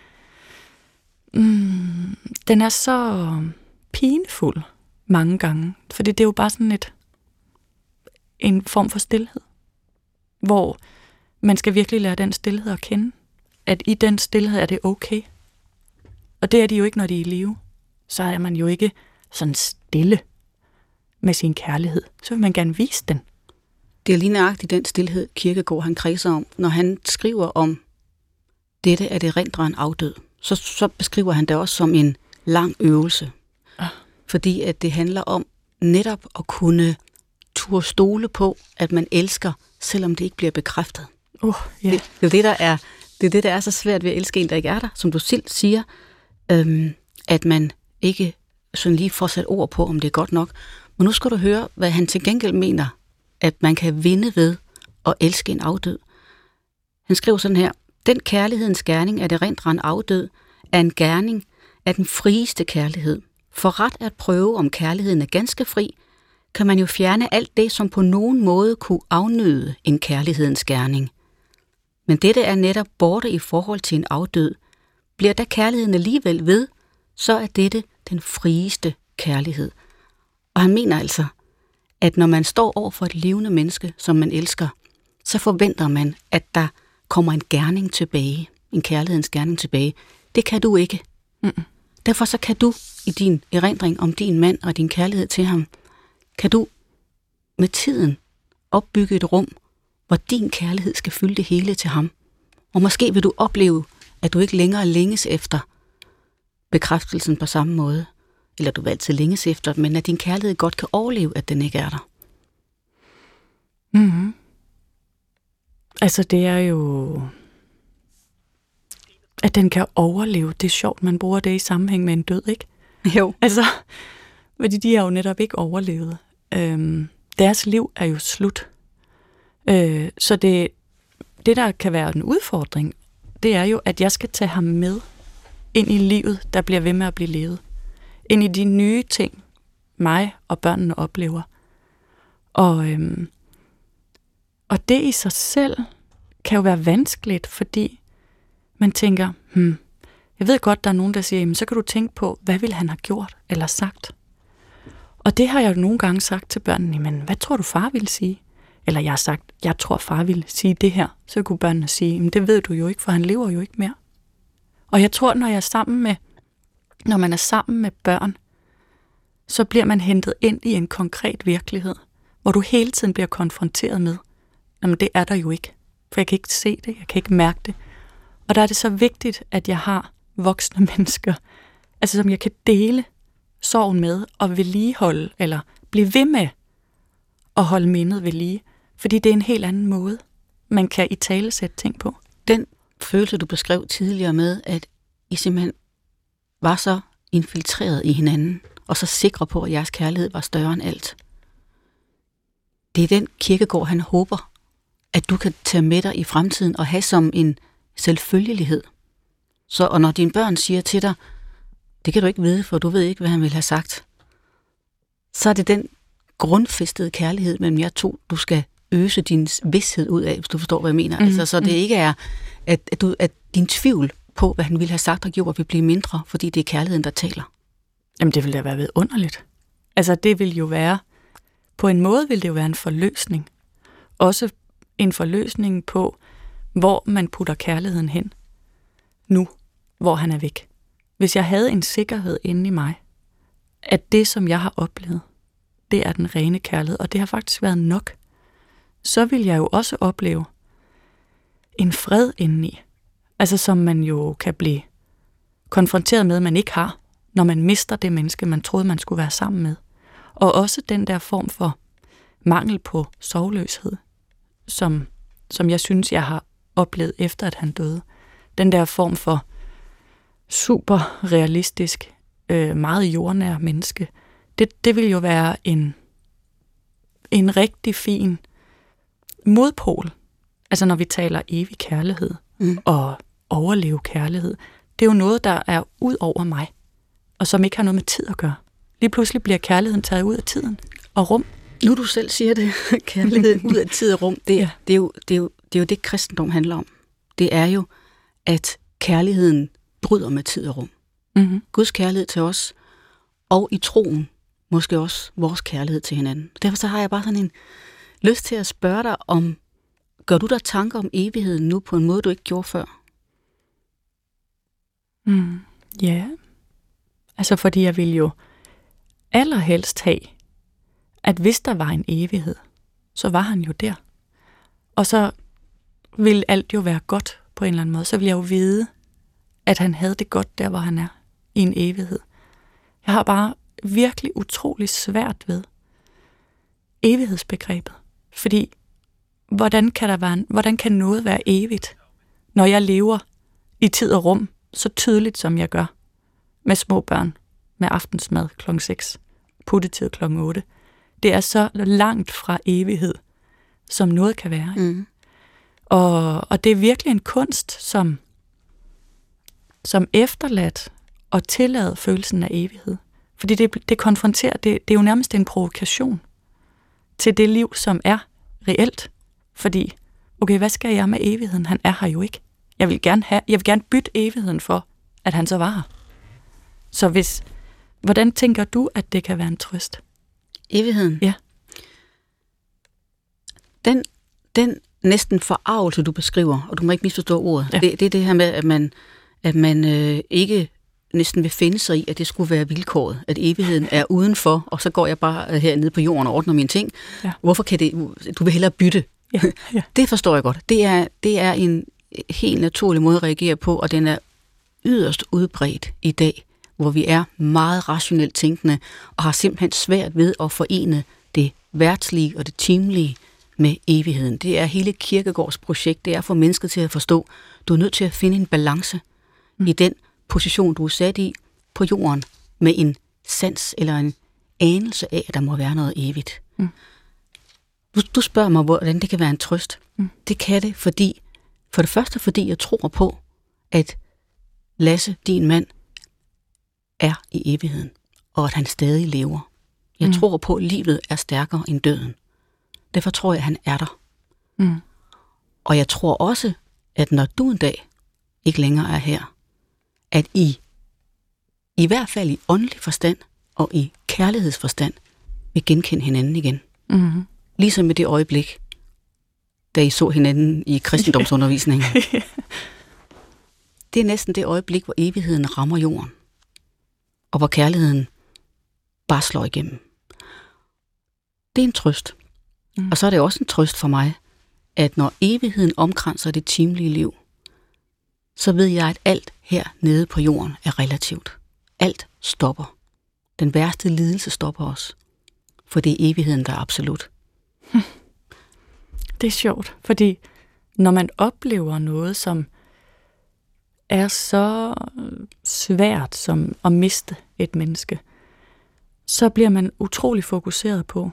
mm, den er så pinefuld mange gange. Fordi det er jo bare sådan et, en form for stilhed. Hvor man skal virkelig lære den stilhed at kende. At i den stilhed er det okay. Og det er de jo ikke, når de er i live. Så er man jo ikke sådan stille med sin kærlighed. Så vil man gerne vise den. Det er lige nøjagtigt den stilhed, Kierkegaard han kredser om. Når han skriver om dette, er det erindreren afdød, så, så beskriver han det også som en lang øvelse. Ah. Fordi at det handler om netop at kunne turde stole på, at man elsker, selvom det ikke bliver bekræftet. Uh, yeah. det, det, er det, der er, det er det, der er så svært ved at elske en, der ikke er der. Som du selv siger, øhm, at man ikke sådan lige får sat ord på, om det er godt nok. Men nu skal du høre, hvad han til gengæld mener, at man kan vinde ved at elske en afdød. Han skriver sådan her: den kærlighedens gerning at erindre en afdød er en gerning af den frieste kærlighed. For ret at prøve, om kærligheden er ganske fri, kan man jo fjerne alt det, som på nogen måde kunne afnøde en kærlighedens gerning. Men dette er netop borte i forhold til en afdød. Bliver der kærligheden alligevel ved, så er dette den frieste kærlighed. Og han mener altså, at når man står over for et levende menneske, som man elsker, så forventer man, at der kommer en gerning tilbage, en kærlighedens gerning tilbage. Det kan du ikke. Mm. Derfor så kan du i din erindring om din mand og din kærlighed til ham, kan du med tiden opbygge et rum, hvor din kærlighed skal fylde det hele til ham. Og måske vil du opleve, at du ikke længere længes efter bekræftelsen på samme måde, eller du vil altid længes efter, men at din kærlighed godt kan overleve, at den ikke er der. Mm-hmm. Altså det er jo, at den kan overleve. Det er sjovt, man bruger det i sammenhæng med en død, ikke? Jo. Altså, fordi de har jo netop ikke overlevet. Øhm, deres liv er jo slut. Øh, så det, det, der kan være en udfordring, det er jo, at jeg skal tage ham med ind i livet, der bliver ved med at blive levet. Ind i de nye ting, mig og børnene oplever. Og, øhm, og det i sig selv kan jo være vanskeligt, fordi man tænker, hmm, jeg ved godt, der er nogen, der siger, jamen, så kan du tænke på, hvad ville han have gjort eller sagt? Og det har jeg jo nogle gange sagt til børnene, men hvad tror du, far ville sige? Eller jeg har sagt, jeg tror, far ville sige det her. Så kunne børnene sige, men det ved du jo ikke, for han lever jo ikke mere. Og jeg tror, når jeg er sammen med, når man er sammen med børn, så bliver man hentet ind i en konkret virkelighed, hvor du hele tiden bliver konfronteret med, jamen det er der jo ikke, for jeg kan ikke se det, jeg kan ikke mærke det. Og der er det så vigtigt, at jeg har voksne mennesker, altså som jeg kan dele sorgen med og vedligeholde, eller blive ved med at holde mindet ved lige, fordi det er en helt anden måde, man kan italesætte ting på. Den følelse, du beskrev tidligere med, at I simpelthen var så infiltreret i hinanden, og så sikre på, at jeres kærlighed var større end alt. Det er den Kierkegaard, han håber, at du kan tage med dig i fremtiden og have som en selvfølgelighed. Så, og når dine børn siger til dig, det kan du ikke vide, for du ved ikke, hvad han ville have sagt, så er det den grundfæstede kærlighed mellem jer to, du skal øse din vidsthed ud af, hvis du forstår, hvad jeg mener. Mm, altså, så det ikke er, at, at, du, at din tvivl på, hvad han ville have sagt og gjort, vil blive mindre, fordi det er kærligheden, der taler. Jamen, det ville da være vidunderligt. Altså, det vil jo være, på en måde vil det jo være en forløsning. Også en forløsning på, hvor man putter kærligheden hen. Nu, hvor han er væk. Hvis jeg havde en sikkerhed inde i mig, at det, som jeg har oplevet, det er den rene kærlighed, og det har faktisk været nok, så vil jeg jo også opleve en fred indeni. Altså som man jo kan blive konfronteret med, man ikke har, når man mister det menneske, man troede, man skulle være sammen med. Og også den der form for mangel på sorgløshed, som, som jeg synes, jeg har oplevet efter, at han døde. Den der form for super realistisk, øh, meget jordnær menneske, det, det vil jo være en, en rigtig fin modpol. Altså når vi taler evig kærlighed mm. og overleve kærlighed, det er jo noget, der er ud over mig, og som ikke har noget med tid at gøre. Lige pludselig bliver kærligheden taget ud af tiden og rum. Nu du selv siger det, kærligheden ud af tid og rum, det, ja. det, er jo, det, er jo, det er jo det, kristendom handler om. Det er jo, at kærligheden bryder med tid og rum. Mm-hmm. Guds kærlighed til os, og i troen måske også vores kærlighed til hinanden. Derfor så har jeg bare sådan en lyst til at spørge dig om, gør du dig tanker om evigheden nu på en måde, du ikke gjorde før? Mm, ja. Yeah. Altså fordi jeg vil jo allerhelst have, at hvis der var en evighed, så var han jo der. Og så ville alt jo være godt på en eller anden måde. Så ville jeg jo vide, at han havde det godt der, hvor han er, i en evighed. Jeg har bare virkelig utrolig svært ved evighedsbegrebet. Fordi, hvordan kan, der være, hvordan kan noget være evigt, når jeg lever i tid og rum, så tydeligt som jeg gør, med små børn, med aftensmad klokken seks, puttetid klokken otte. Det er så langt fra evighed, som noget kan være. Mm. Og, og det er virkelig en kunst, som, som efterladt og tillader følelsen af evighed. Fordi det, det konfronterer, det, det er jo nærmest en provokation til det liv, som er reelt. Fordi, okay, hvad skal jeg med evigheden? Han er her jo ikke. Jeg vil gerne, have, jeg vil gerne bytte evigheden for, at han så var her. Så hvis, hvordan tænker du, at det kan være en trøst? Evigheden? Ja. Den, den næsten forarvelse, du beskriver, og du må ikke misforstå ordet, ja. det, det er det her med, at man, at man øh, ikke næsten vil finde sig i, at det skulle være vilkåret, at evigheden er udenfor, og så går jeg bare hernede på jorden og ordner mine ting. Ja. Hvorfor kan det, du vil hellere bytte? Ja. Ja. Det forstår jeg godt. Det er, det er en helt naturlig måde at reagere på, og den er yderst udbredt i dag, hvor vi er meget rationelt tænkende, og har simpelthen svært ved at forene det værtslige og det timelige med evigheden. Det er hele Kierkegaards projekt, det er at få mennesket til at forstå, du er nødt til at finde en balance mm. i den position, du er sat i på jorden, med en sans eller en anelse af, at der må være noget evigt. Mm. Du, du spørger mig, hvordan det kan være en trøst. Mm. Det kan det, fordi, for det første fordi jeg tror på, at Lasse, din mand, er i evigheden, og at han stadig lever. Jeg mm. tror på, at livet er stærkere end døden. Derfor tror jeg, at han er der. Mm. Og jeg tror også, at når du en dag ikke længere er her, at I, i hvert fald i åndelig forstand og i kærlighedsforstand, vil genkende hinanden igen. Mm. Ligesom med det øjeblik, da I så hinanden i kristendomsundervisningen. Det er næsten det øjeblik, hvor evigheden rammer jorden, og hvor kærligheden bare slår igennem. Det er en trøst. Mm. Og så er det også en trøst for mig, at når evigheden omkranser det timelige liv, så ved jeg, at alt her nede på jorden er relativt. Alt stopper. Den værste lidelse stopper os. For det er evigheden, der er absolut. Det er sjovt, fordi når man oplever noget, som er så svært som at miste et menneske, så bliver man utrolig fokuseret på,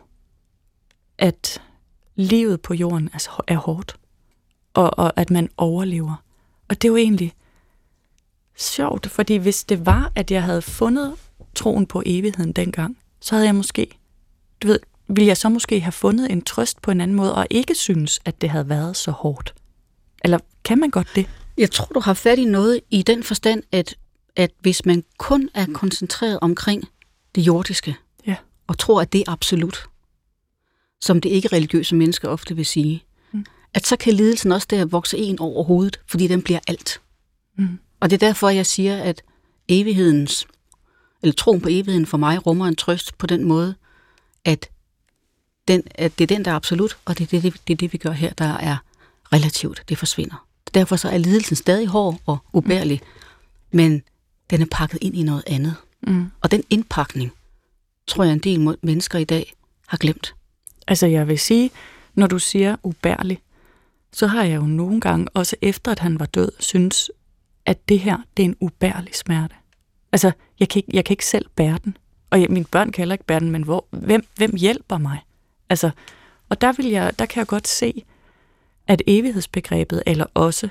at livet på jorden er hårdt, og, og at man overlever. Og det er jo egentlig sjovt, fordi hvis det var, at jeg havde fundet troen på evigheden dengang, så havde jeg måske, du ved, ville jeg så måske have fundet en trøst på en anden måde, og ikke synes, at det havde været så hårdt. Eller kan man godt det? Jeg tror, du har fat i noget i den forstand, at, at hvis man kun er koncentreret omkring det jordiske, ja. Og tror, at det er absolut, som det ikke-religiøse mennesker ofte vil sige, mm. at så kan lidelsen også der vokse en over hovedet, fordi den bliver alt. Mm. Og det er derfor, jeg siger, at evighedens, eller troen på evigheden for mig rummer en trøst på den måde, at, den, at det er den, der er absolut, og det er det, det, det, det vi gør her, der er relativt. Det forsvinder. Derfor så er lidelsen stadig hård og ubærlig, mm. men den er pakket ind i noget andet. Mm. Og den indpakning, tror jeg, en del mennesker i dag har glemt. Altså jeg vil sige, når du siger ubærlig, så har jeg jo nogle gange, også efter at han var død, synes, at det her, det er en ubærlig smerte. Altså, jeg kan ikke, jeg kan ikke selv bære den. Og jeg, mine børn kan heller ikke bære den, men hvor, hvem, hvem hjælper mig? Altså, og der, vil jeg, der kan jeg godt se, at evighedsbegrebet, eller også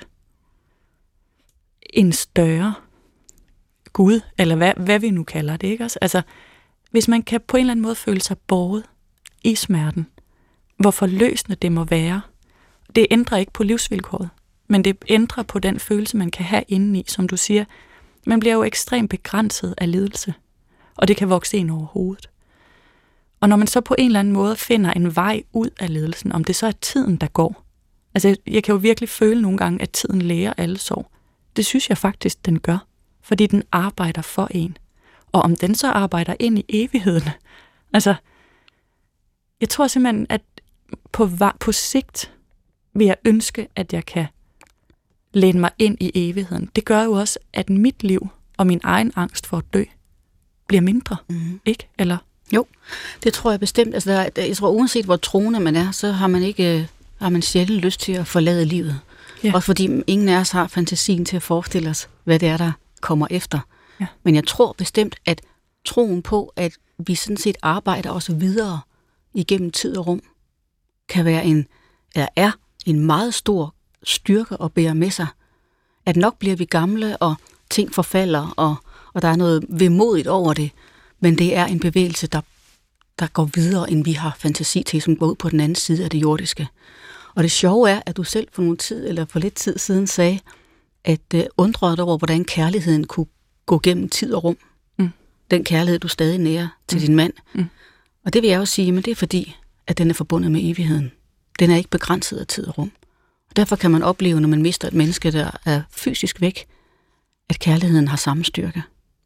en større Gud, eller hvad, hvad vi nu kalder det, ikke også? Altså, hvis man kan på en eller anden måde føle sig båret i smerten, hvor forløsende det må være, det ændrer ikke på livsvilkåret, men det ændrer på den følelse, man kan have indeni, som du siger. Man bliver jo ekstremt begrænset af lidelse, og det kan vokse ind over hovedet. Og når man så på en eller anden måde finder en vej ud af lidelsen, om det så er tiden, der går. Altså, jeg kan jo virkelig føle nogle gange, at tiden læger alle sår. Det synes jeg faktisk, den gør, fordi den arbejder for en. Og om den så arbejder ind i evigheden, altså, jeg tror simpelthen, at på, på sigt vil jeg ønske, at jeg kan læne mig ind i evigheden. Det gør jo også, at mit liv og min egen angst for at dø bliver mindre, mm. ikke? Eller Jo, det tror jeg bestemt. Altså, der, jeg tror, uanset hvor troende man er, så har man ikke har man sjældent lyst til at forlade livet. Ja. Også fordi ingen af os har fantasien til at forestille os, hvad det er, der kommer efter. Ja. Men jeg tror bestemt, at troen på, at vi sådan set arbejder også videre igennem tid og rum, kan være en, eller er en meget stor styrke at bære med sig. At nok bliver vi gamle, og ting forfalder, og, og der er noget vemodigt over det, men det er en bevægelse, der, der går videre, end vi har fantasi til, som går ud på den anden side af det jordiske. Og det sjove er, at du selv for nogle tid, eller for lidt tid siden sagde, at uh, undrede dig over, hvordan kærligheden kunne gå gennem tid og rum. Mm. Den kærlighed, du stadig nærer til mm. din mand. Mm. Og det vil jeg også sige, men det er fordi, at den er forbundet med evigheden. Den er ikke begrænset af tid og rum. Og derfor kan man opleve, når man mister et menneske, der er fysisk væk, at kærligheden har samme styrke.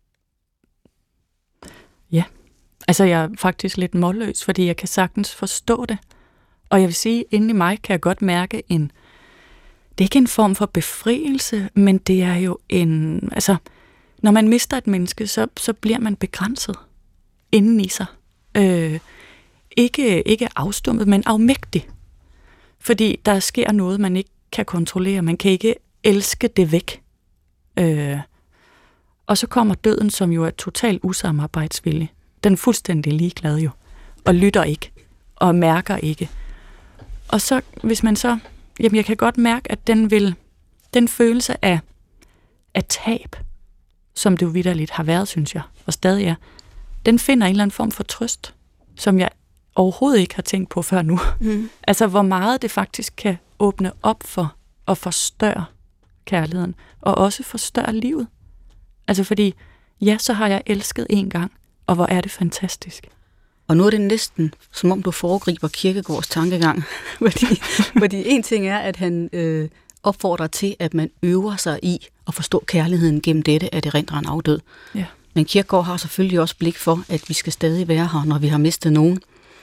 Ja, altså jeg er faktisk lidt målløs, fordi jeg kan sagtens forstå det. Og jeg vil sige, inde i mig kan jeg godt mærke en, det er ikke en form for befrielse, men det er jo en, altså, når man mister et menneske, så, så bliver man begrænset inden i sig. Øh, ikke, ikke afstumpet, men afmægtig. Fordi der sker noget, man ikke kan kontrollere. Man kan ikke elske det væk. Øh, og så kommer døden, som jo er totalt usamarbejdsvillig. Den er fuldstændig ligeglad jo, og lytter ikke, og mærker ikke. Og så, hvis man så, jamen jeg kan godt mærke, at den vil, den følelse af, af tab, som det jo vitterligt har været, synes jeg, og stadig er, den finder en eller anden form for trøst, som jeg overhovedet ikke har tænkt på før nu. Mm. Altså, hvor meget det faktisk kan åbne op for at forstørre kærligheden, og også forstørre livet. Altså, fordi, ja, så har jeg elsket en gang, og hvor er det fantastisk. Og nu er det næsten, som om du foregriber Kierkegaards tankegang. fordi, fordi en ting er, at han øh, opfordrer til, at man øver sig i at forstå kærligheden gennem dette, at det rent en afdød. Ja. Men Kierkegaard har selvfølgelig også blik for, at vi skal stadig være her, når vi har mistet nogen.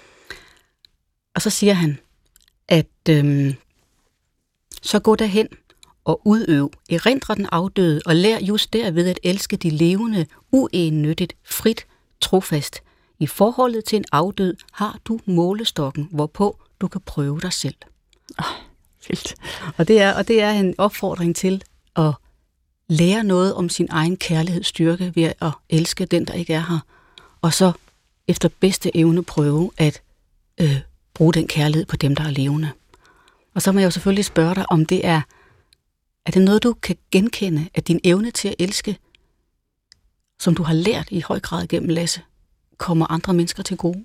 Og så siger han, at øh, så gå derhen og udøv, erindre den afdøde, og lær just derved at elske de levende, uennyttigt, frit, trofast. I forholdet til en afdød har du målestokken, hvorpå du kan prøve dig selv. Oh, vildt. Og det er, og det er en opfordring til at lære noget om sin egen kærlighedsstyrke ved at elske den, der ikke er her. Og så efter bedste evne prøve at øh, bruge den kærlighed på dem, der er levende. Og så må jeg jo selvfølgelig spørge dig, om det er, er det noget, du kan genkende af din evne til at elske, som du har lært i høj grad gennem Lasse, kommer andre mennesker til gode?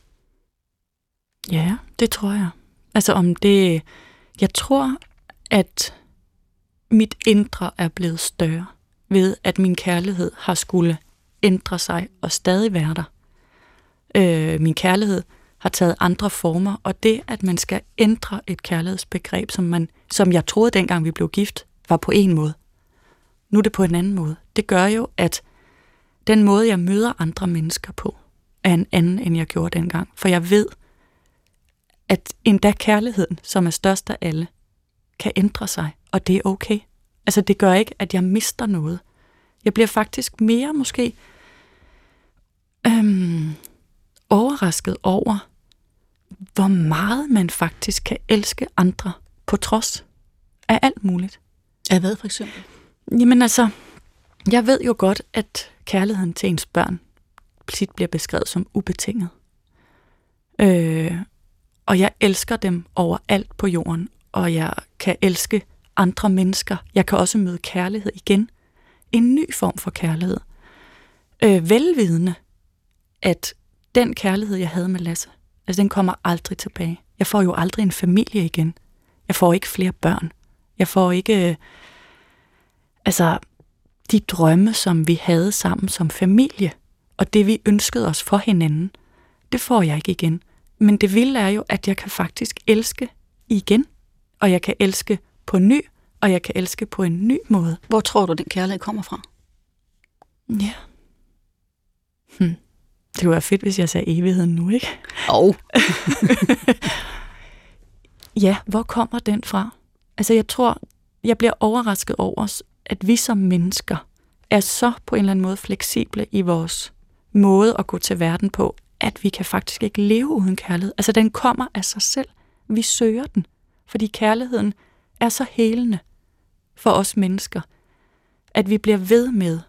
Ja, det tror jeg. Altså om det, jeg tror, at mit indre er blevet større ved, at min kærlighed har skulle ændre sig og stadig være der. Øh, min kærlighed har taget andre former, og det, at man skal ændre et kærlighedsbegreb, som, man, som jeg troede dengang vi blev gift, var på en måde. Nu er det på en anden måde. Det gør jo, at den måde, jeg møder andre mennesker på, er en anden, end jeg gjorde dengang. For jeg ved, at endda kærligheden, som er størst af alle, kan ændre sig, og det er okay. Altså, det gør ikke, at jeg mister noget. Jeg bliver faktisk mere måske øhm, overrasket over, hvor meget man faktisk kan elske andre på trods af alt muligt. Af hvad for eksempel? Jamen altså, jeg ved jo godt, at kærligheden til ens børn tit bliver beskrevet som ubetinget. Øh, og jeg elsker dem overalt på jorden, og jeg kan elske andre mennesker. Jeg kan også møde kærlighed igen. En ny form for kærlighed. Øh, velvidende, at den kærlighed, jeg havde med Lasse, altså den kommer aldrig tilbage. Jeg får jo aldrig en familie igen. Jeg får ikke flere børn. Jeg får ikke... Øh, altså, de drømme, som vi havde sammen som familie, og det, vi ønskede os for hinanden, det får jeg ikke igen. Men det vilde er jo, at jeg kan faktisk elske igen, og jeg kan elske på ny, og jeg kan elske på en ny måde. Hvor tror du, den kærlighed kommer fra? Ja. Hm. Det kunne være fedt, hvis jeg sagde evigheden nu, ikke? Oh. Ja, hvor kommer den fra? Altså, jeg tror, jeg bliver overrasket over, at vi som mennesker er så på en eller anden måde fleksible i vores måde at gå til verden på, at vi kan faktisk ikke leve uden kærlighed. Altså, den kommer af sig selv. Vi søger den, fordi kærligheden er så helende for os mennesker, at vi bliver ved med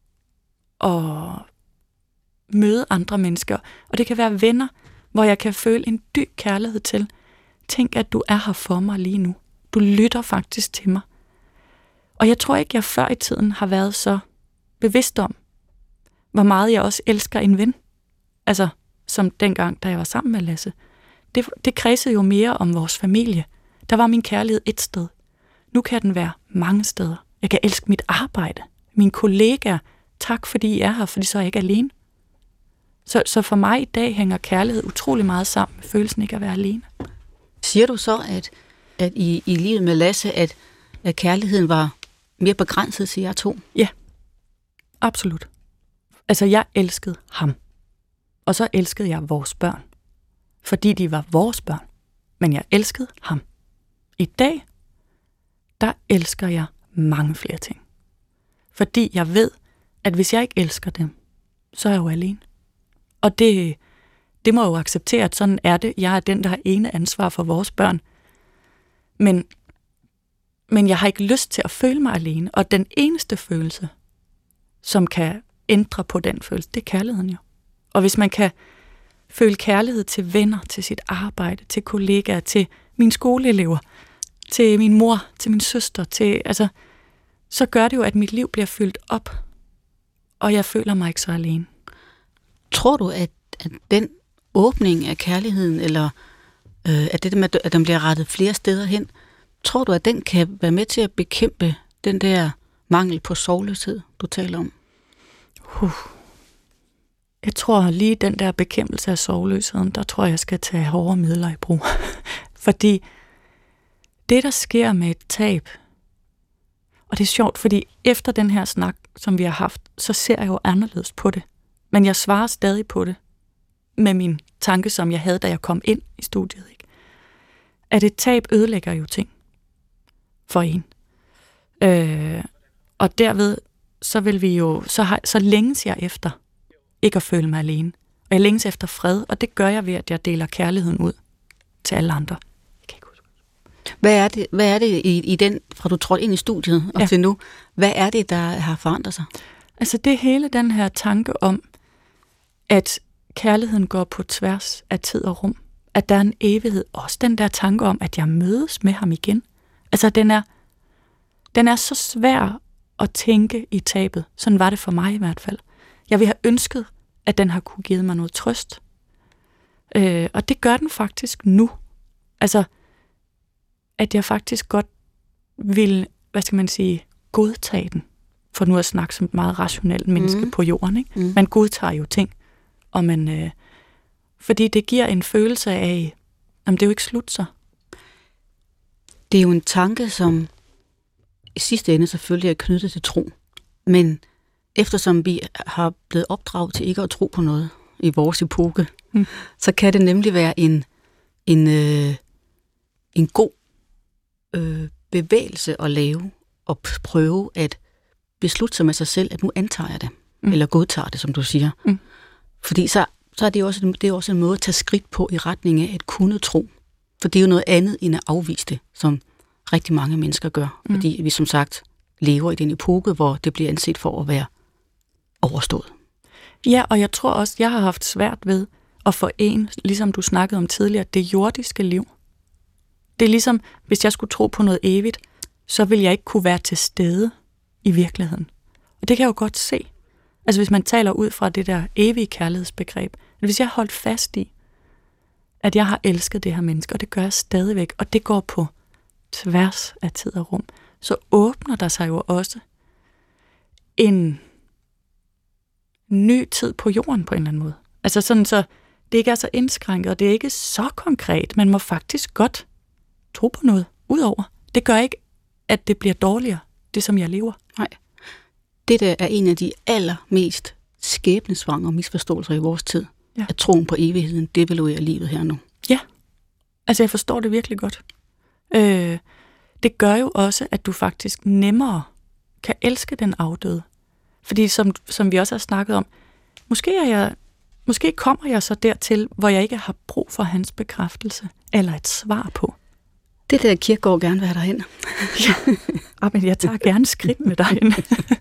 at møde andre mennesker. Og det kan være venner, hvor jeg kan føle en dyb kærlighed til. Tænk, at du er her for mig lige nu. Du lytter faktisk til mig. Og jeg tror ikke, jeg før i tiden har været så bevidst om, hvor meget jeg også elsker en ven. Altså, som dengang, da jeg var sammen med Lasse. Det, det kredsede jo mere om vores familie. Der var min kærlighed et sted. Nu kan den være mange steder. Jeg kan elske mit arbejde, mine kollegaer. Tak, fordi I er her, fordi så er jeg ikke alene. Så, så for mig i dag hænger kærlighed utrolig meget sammen med følelsen ikke at være alene. Siger du så, at, at i, i livet med Lasse, at, at kærligheden var mere begrænset til jer to? Ja, absolut. Altså, jeg elskede ham. Og så elskede jeg vores børn. Fordi de var vores børn. Men jeg elskede ham. I dag, der elsker jeg mange flere ting. Fordi jeg ved, at hvis jeg ikke elsker dem, så er jeg jo alene. Og det, det må jeg jo acceptere, at sådan er det. Jeg er den, der har ene ansvar for vores børn. Men, men jeg har ikke lyst til at føle mig alene. Og den eneste følelse, som kan ændre på den følelse, det er kærligheden jo. Og hvis man kan føle kærlighed til venner, til sit arbejde, til kollegaer, til mine skoleelever, til min mor, til min søster, til, altså, så gør det jo, at mit liv bliver fyldt op, og jeg føler mig ikke så alene. Tror du, at, at den åbning af kærligheden, eller øh, at det med, at den bliver rettet flere steder hen, tror du, at den kan være med til at bekæmpe den der mangel på sorgløshed, du taler om? Uh. Jeg tror lige den der bekæmpelse af sorgløsheden, der tror jeg, jeg skal tage hårdere midler i brug. Fordi det, der sker med et tab, og det er sjovt, fordi efter den her snak, som vi har haft, så ser jeg jo anderledes på det. Men jeg svarer stadig på det med min tanke, som jeg havde, da jeg kom ind i studiet. Ikke? At et tab ødelægger jo ting for en. Øh, og derved, så vil vi jo, så, har, så længes jeg efter ikke at føle mig alene. Og jeg længes efter fred, og det gør jeg ved, at jeg deler kærligheden ud til alle andre. Jeg kan ikke huske. Hvad er det, hvad er det i, i den, fra du trådte ind i studiet og ja. til nu, hvad er det, der har forandret sig? Altså det hele den her tanke om, at kærligheden går på tværs af tid og rum. At der er en evighed. Også den der tanke om, at jeg mødes med ham igen. Altså den er, den er så svær at tænke i tabet. Sådan var det for mig i hvert fald. Jeg ville have ønsket, at den har kunne give mig noget trøst. Øh, og det gør den faktisk nu. Altså, at jeg faktisk godt vil, hvad skal man sige, godtage den. For nu at snakke som et meget rationelt menneske mm. på jorden. Ikke? Mm. Man godtager jo ting. Og man, øh, fordi det giver en følelse af, at det er jo ikke slut så. Det er jo en tanke, som i sidste ende selvfølgelig er knyttet til tro. Men eftersom vi har blevet opdraget til ikke at tro på noget i vores epoke, mm. så kan det nemlig være en, en, øh, en god øh, bevægelse at lave og prøve at beslutte sig med sig selv, at nu antager jeg det, mm. eller godtager det, som du siger. Mm. Fordi så, så er det også, det er også en måde at tage skridt på i retning af at kunne tro. For det er jo noget andet end at afvise det, som rigtig mange mennesker gør. Mm. Fordi vi som sagt lever i den epoke, hvor det bliver anset for at være overstået. Ja, og jeg tror også, jeg har haft svært ved at forene, ligesom du snakkede om tidligere, det jordiske liv. Det er ligesom, hvis jeg skulle tro på noget evigt, så ville jeg ikke kunne være til stede i virkeligheden. Og det kan jeg jo godt se. Altså hvis man taler ud fra det der evige kærlighedsbegreb. Hvis jeg holdt fast i, at jeg har elsket det her menneske, og det gør jeg stadigvæk, og det går på tværs af tid og rum, så åbner der sig jo også en ny tid på jorden på en eller anden måde. Altså sådan så, det ikke er så indskrænket, og det er ikke så konkret. Man må faktisk godt tro på noget udover. Det gør ikke, at det bliver dårligere, det som jeg lever. Nej. Det der er en af de allermest skæbnesvangre misforståelser i vores tid. Ja. At troen på evigheden devaluerer livet her nu. Ja, altså jeg forstår det virkelig godt. Øh, det gør jo også, at du faktisk nemmere kan elske den afdøde. Fordi som, som vi også har snakket om, måske er jeg, måske kommer jeg så dertil, hvor jeg ikke har brug for hans bekræftelse, eller et svar på. Det der Kierkegaard gerne vil have derhen. Ja, men jeg tager gerne skridt med dig.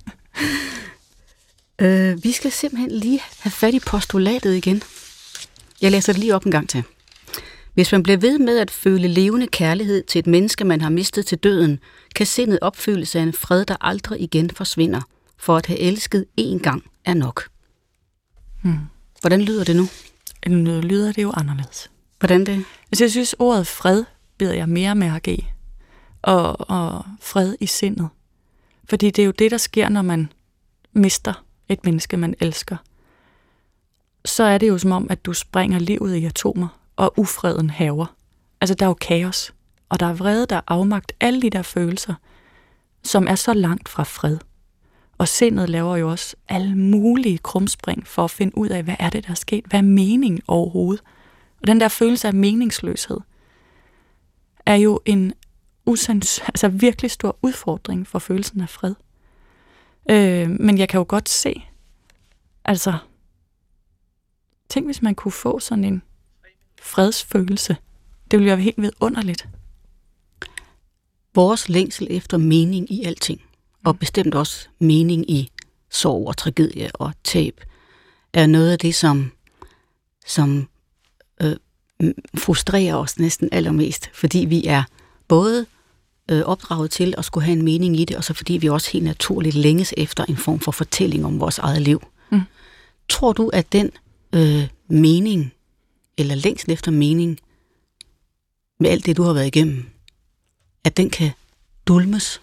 øh, vi skal simpelthen lige have fat i postulatet igen. Jeg læser det lige op en gang til. Hvis man bliver ved med at føle levende kærlighed til et menneske, man har mistet til døden, kan sindet opfyldes af en fred, der aldrig igen forsvinder. For at have elsket én gang er nok. Hmm. Hvordan lyder det nu? Nu lyder det jo anderledes. Hvordan det? Altså, jeg synes, ordet fred bider jeg mere mærke i. Og, og fred i sindet. Fordi det er jo det, der sker, når man mister et menneske, man elsker. Så er det jo som om, at du springer livet i atomer, og ufreden hærger. Altså, der er jo kaos. Og der er vrede, der er afmagt. Alle de der følelser, som er så langt fra fred. Og sindet laver jo også alle mulige krumspring for at finde ud af, hvad er det, der er sket? Hvad er meningen overhovedet? Og den der følelse af meningsløshed er jo en usands- altså virkelig stor udfordring for følelsen af fred. Øh, men jeg kan jo godt se, altså, tænk hvis man kunne få sådan en fredsfølelse. Det ville jo være helt vidunderligt. Vores længsel efter mening i alting, og bestemt også mening i sorg og tragedie og tab, er noget af det, som, som øh, frustrerer os næsten allermest, fordi vi er både øh, opdraget til at skulle have en mening i det, og så fordi vi også helt naturligt længes efter en form for fortælling om vores eget liv. Mm. Tror du, at den øh, mening, eller længsel efter mening, med alt det, du har været igennem, at den kan dulmes?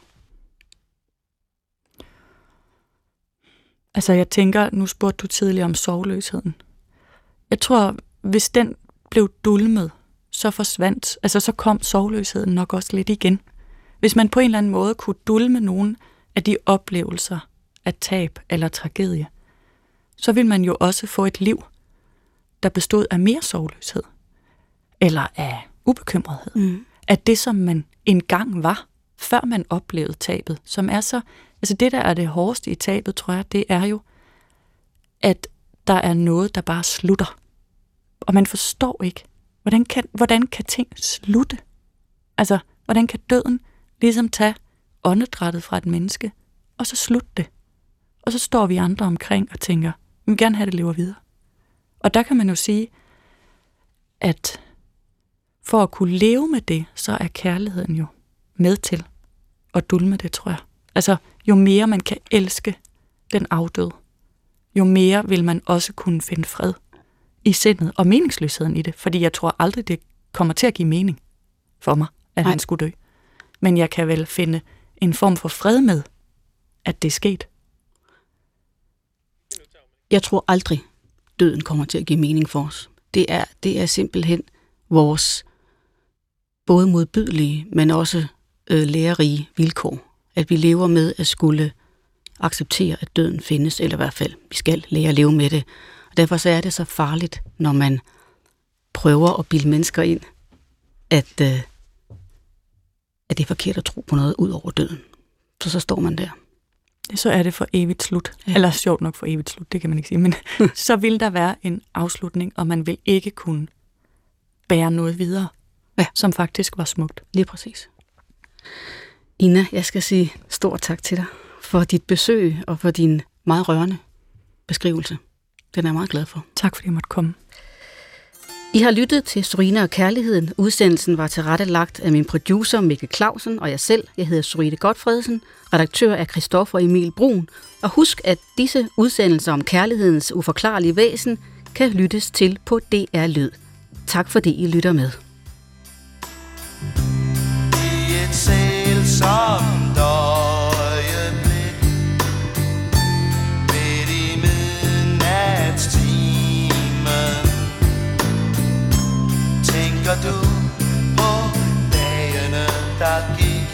Altså, jeg tænker, nu spurgte du tidligere om sorgløsheden. Jeg tror, hvis den blev dulmet, så forsvandt, altså så kom sorgløsheden nok også lidt igen. Hvis man på en eller anden måde kunne dulme nogle af de oplevelser af tab eller tragedie, så ville man jo også få et liv, der bestod af mere sorgløshed, eller af ubekymrethed. Mm. At det, som man engang var, før man oplevede tabet, som er så, altså det, der er det hårdeste i tabet, tror jeg, det er jo, at der er noget, der bare slutter. Og man forstår ikke, hvordan kan, hvordan kan ting slutte? Altså, hvordan kan døden ligesom tage åndedrættet fra et menneske, og så slutte det? Og så står vi andre omkring og tænker, vi vil gerne have, det lever videre. Og der kan man jo sige, at for at kunne leve med det, så er kærligheden jo med til at dulme det, tror jeg. Altså, jo mere man kan elske den afdøde, jo mere vil man også kunne finde fred i sindet og meningsløsheden i det. Fordi jeg tror aldrig, det kommer til at give mening for mig, at Nej. han skulle dø. Men jeg kan vel finde en form for fred med, at det er sket. Jeg tror aldrig, døden kommer til at give mening for os. Det er, det er simpelthen vores både modbydelige, men også øh, lærerige vilkår. At vi lever med at skulle acceptere, at døden findes, eller i hvert fald, vi skal lære at leve med det. Og derfor så er det så farligt, når man prøver at bilde mennesker ind, at, øh, at det er forkert at tro på noget ud over døden. Så så står man der. Så er det for evigt slut. Ja. Eller sjovt nok for evigt slut, det kan man ikke sige. Men så vil der være en afslutning, og man vil ikke kunne bære noget videre, ja. som faktisk var smukt. Lige præcis. Ina, jeg skal sige stor tak til dig for dit besøg og for din meget rørende beskrivelse. Den er jeg meget glad for. Tak fordi jeg måtte komme. I har lyttet til Surine og Kærligheden. Udsendelsen var tilrettelagt af min producer Mikkel Clausen og jeg selv. Jeg hedder Surine Godfredsen. Redaktør er Christoffer Emil Brun. Og husk, at disse udsendelser om kærlighedens uforklarlige væsen kan lyttes til på D R Lyd. Tak fordi I lytter med. I et sælsomt øjeblik midt i midnatstimen tænker du på dagene, der gik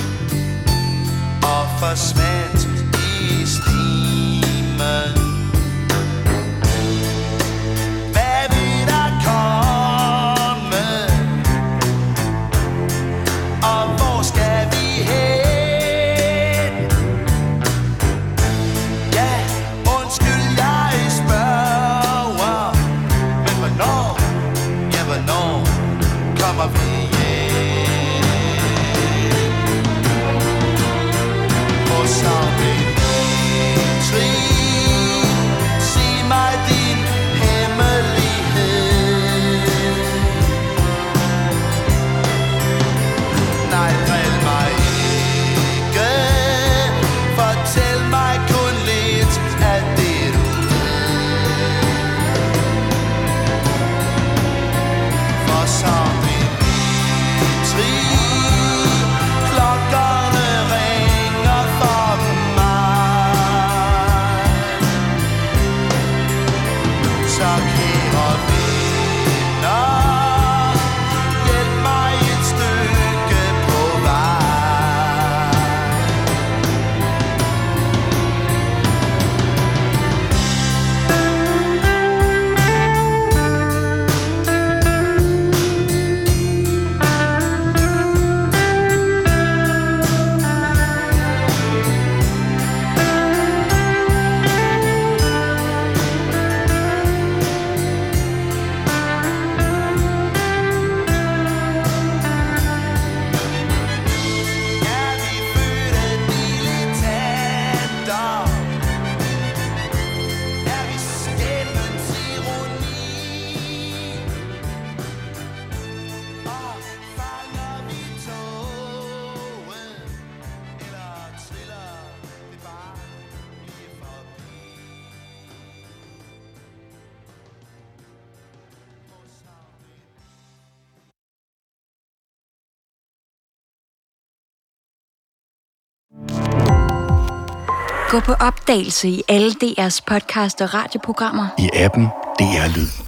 og forsvandt i stimen. Hvad vil der komme? Og hvor skal vi hen? Ja, undskyld, jeg spørger. Gå på opdagelse i alle D R's podcast og radioprogrammer. I appen D R Lyd.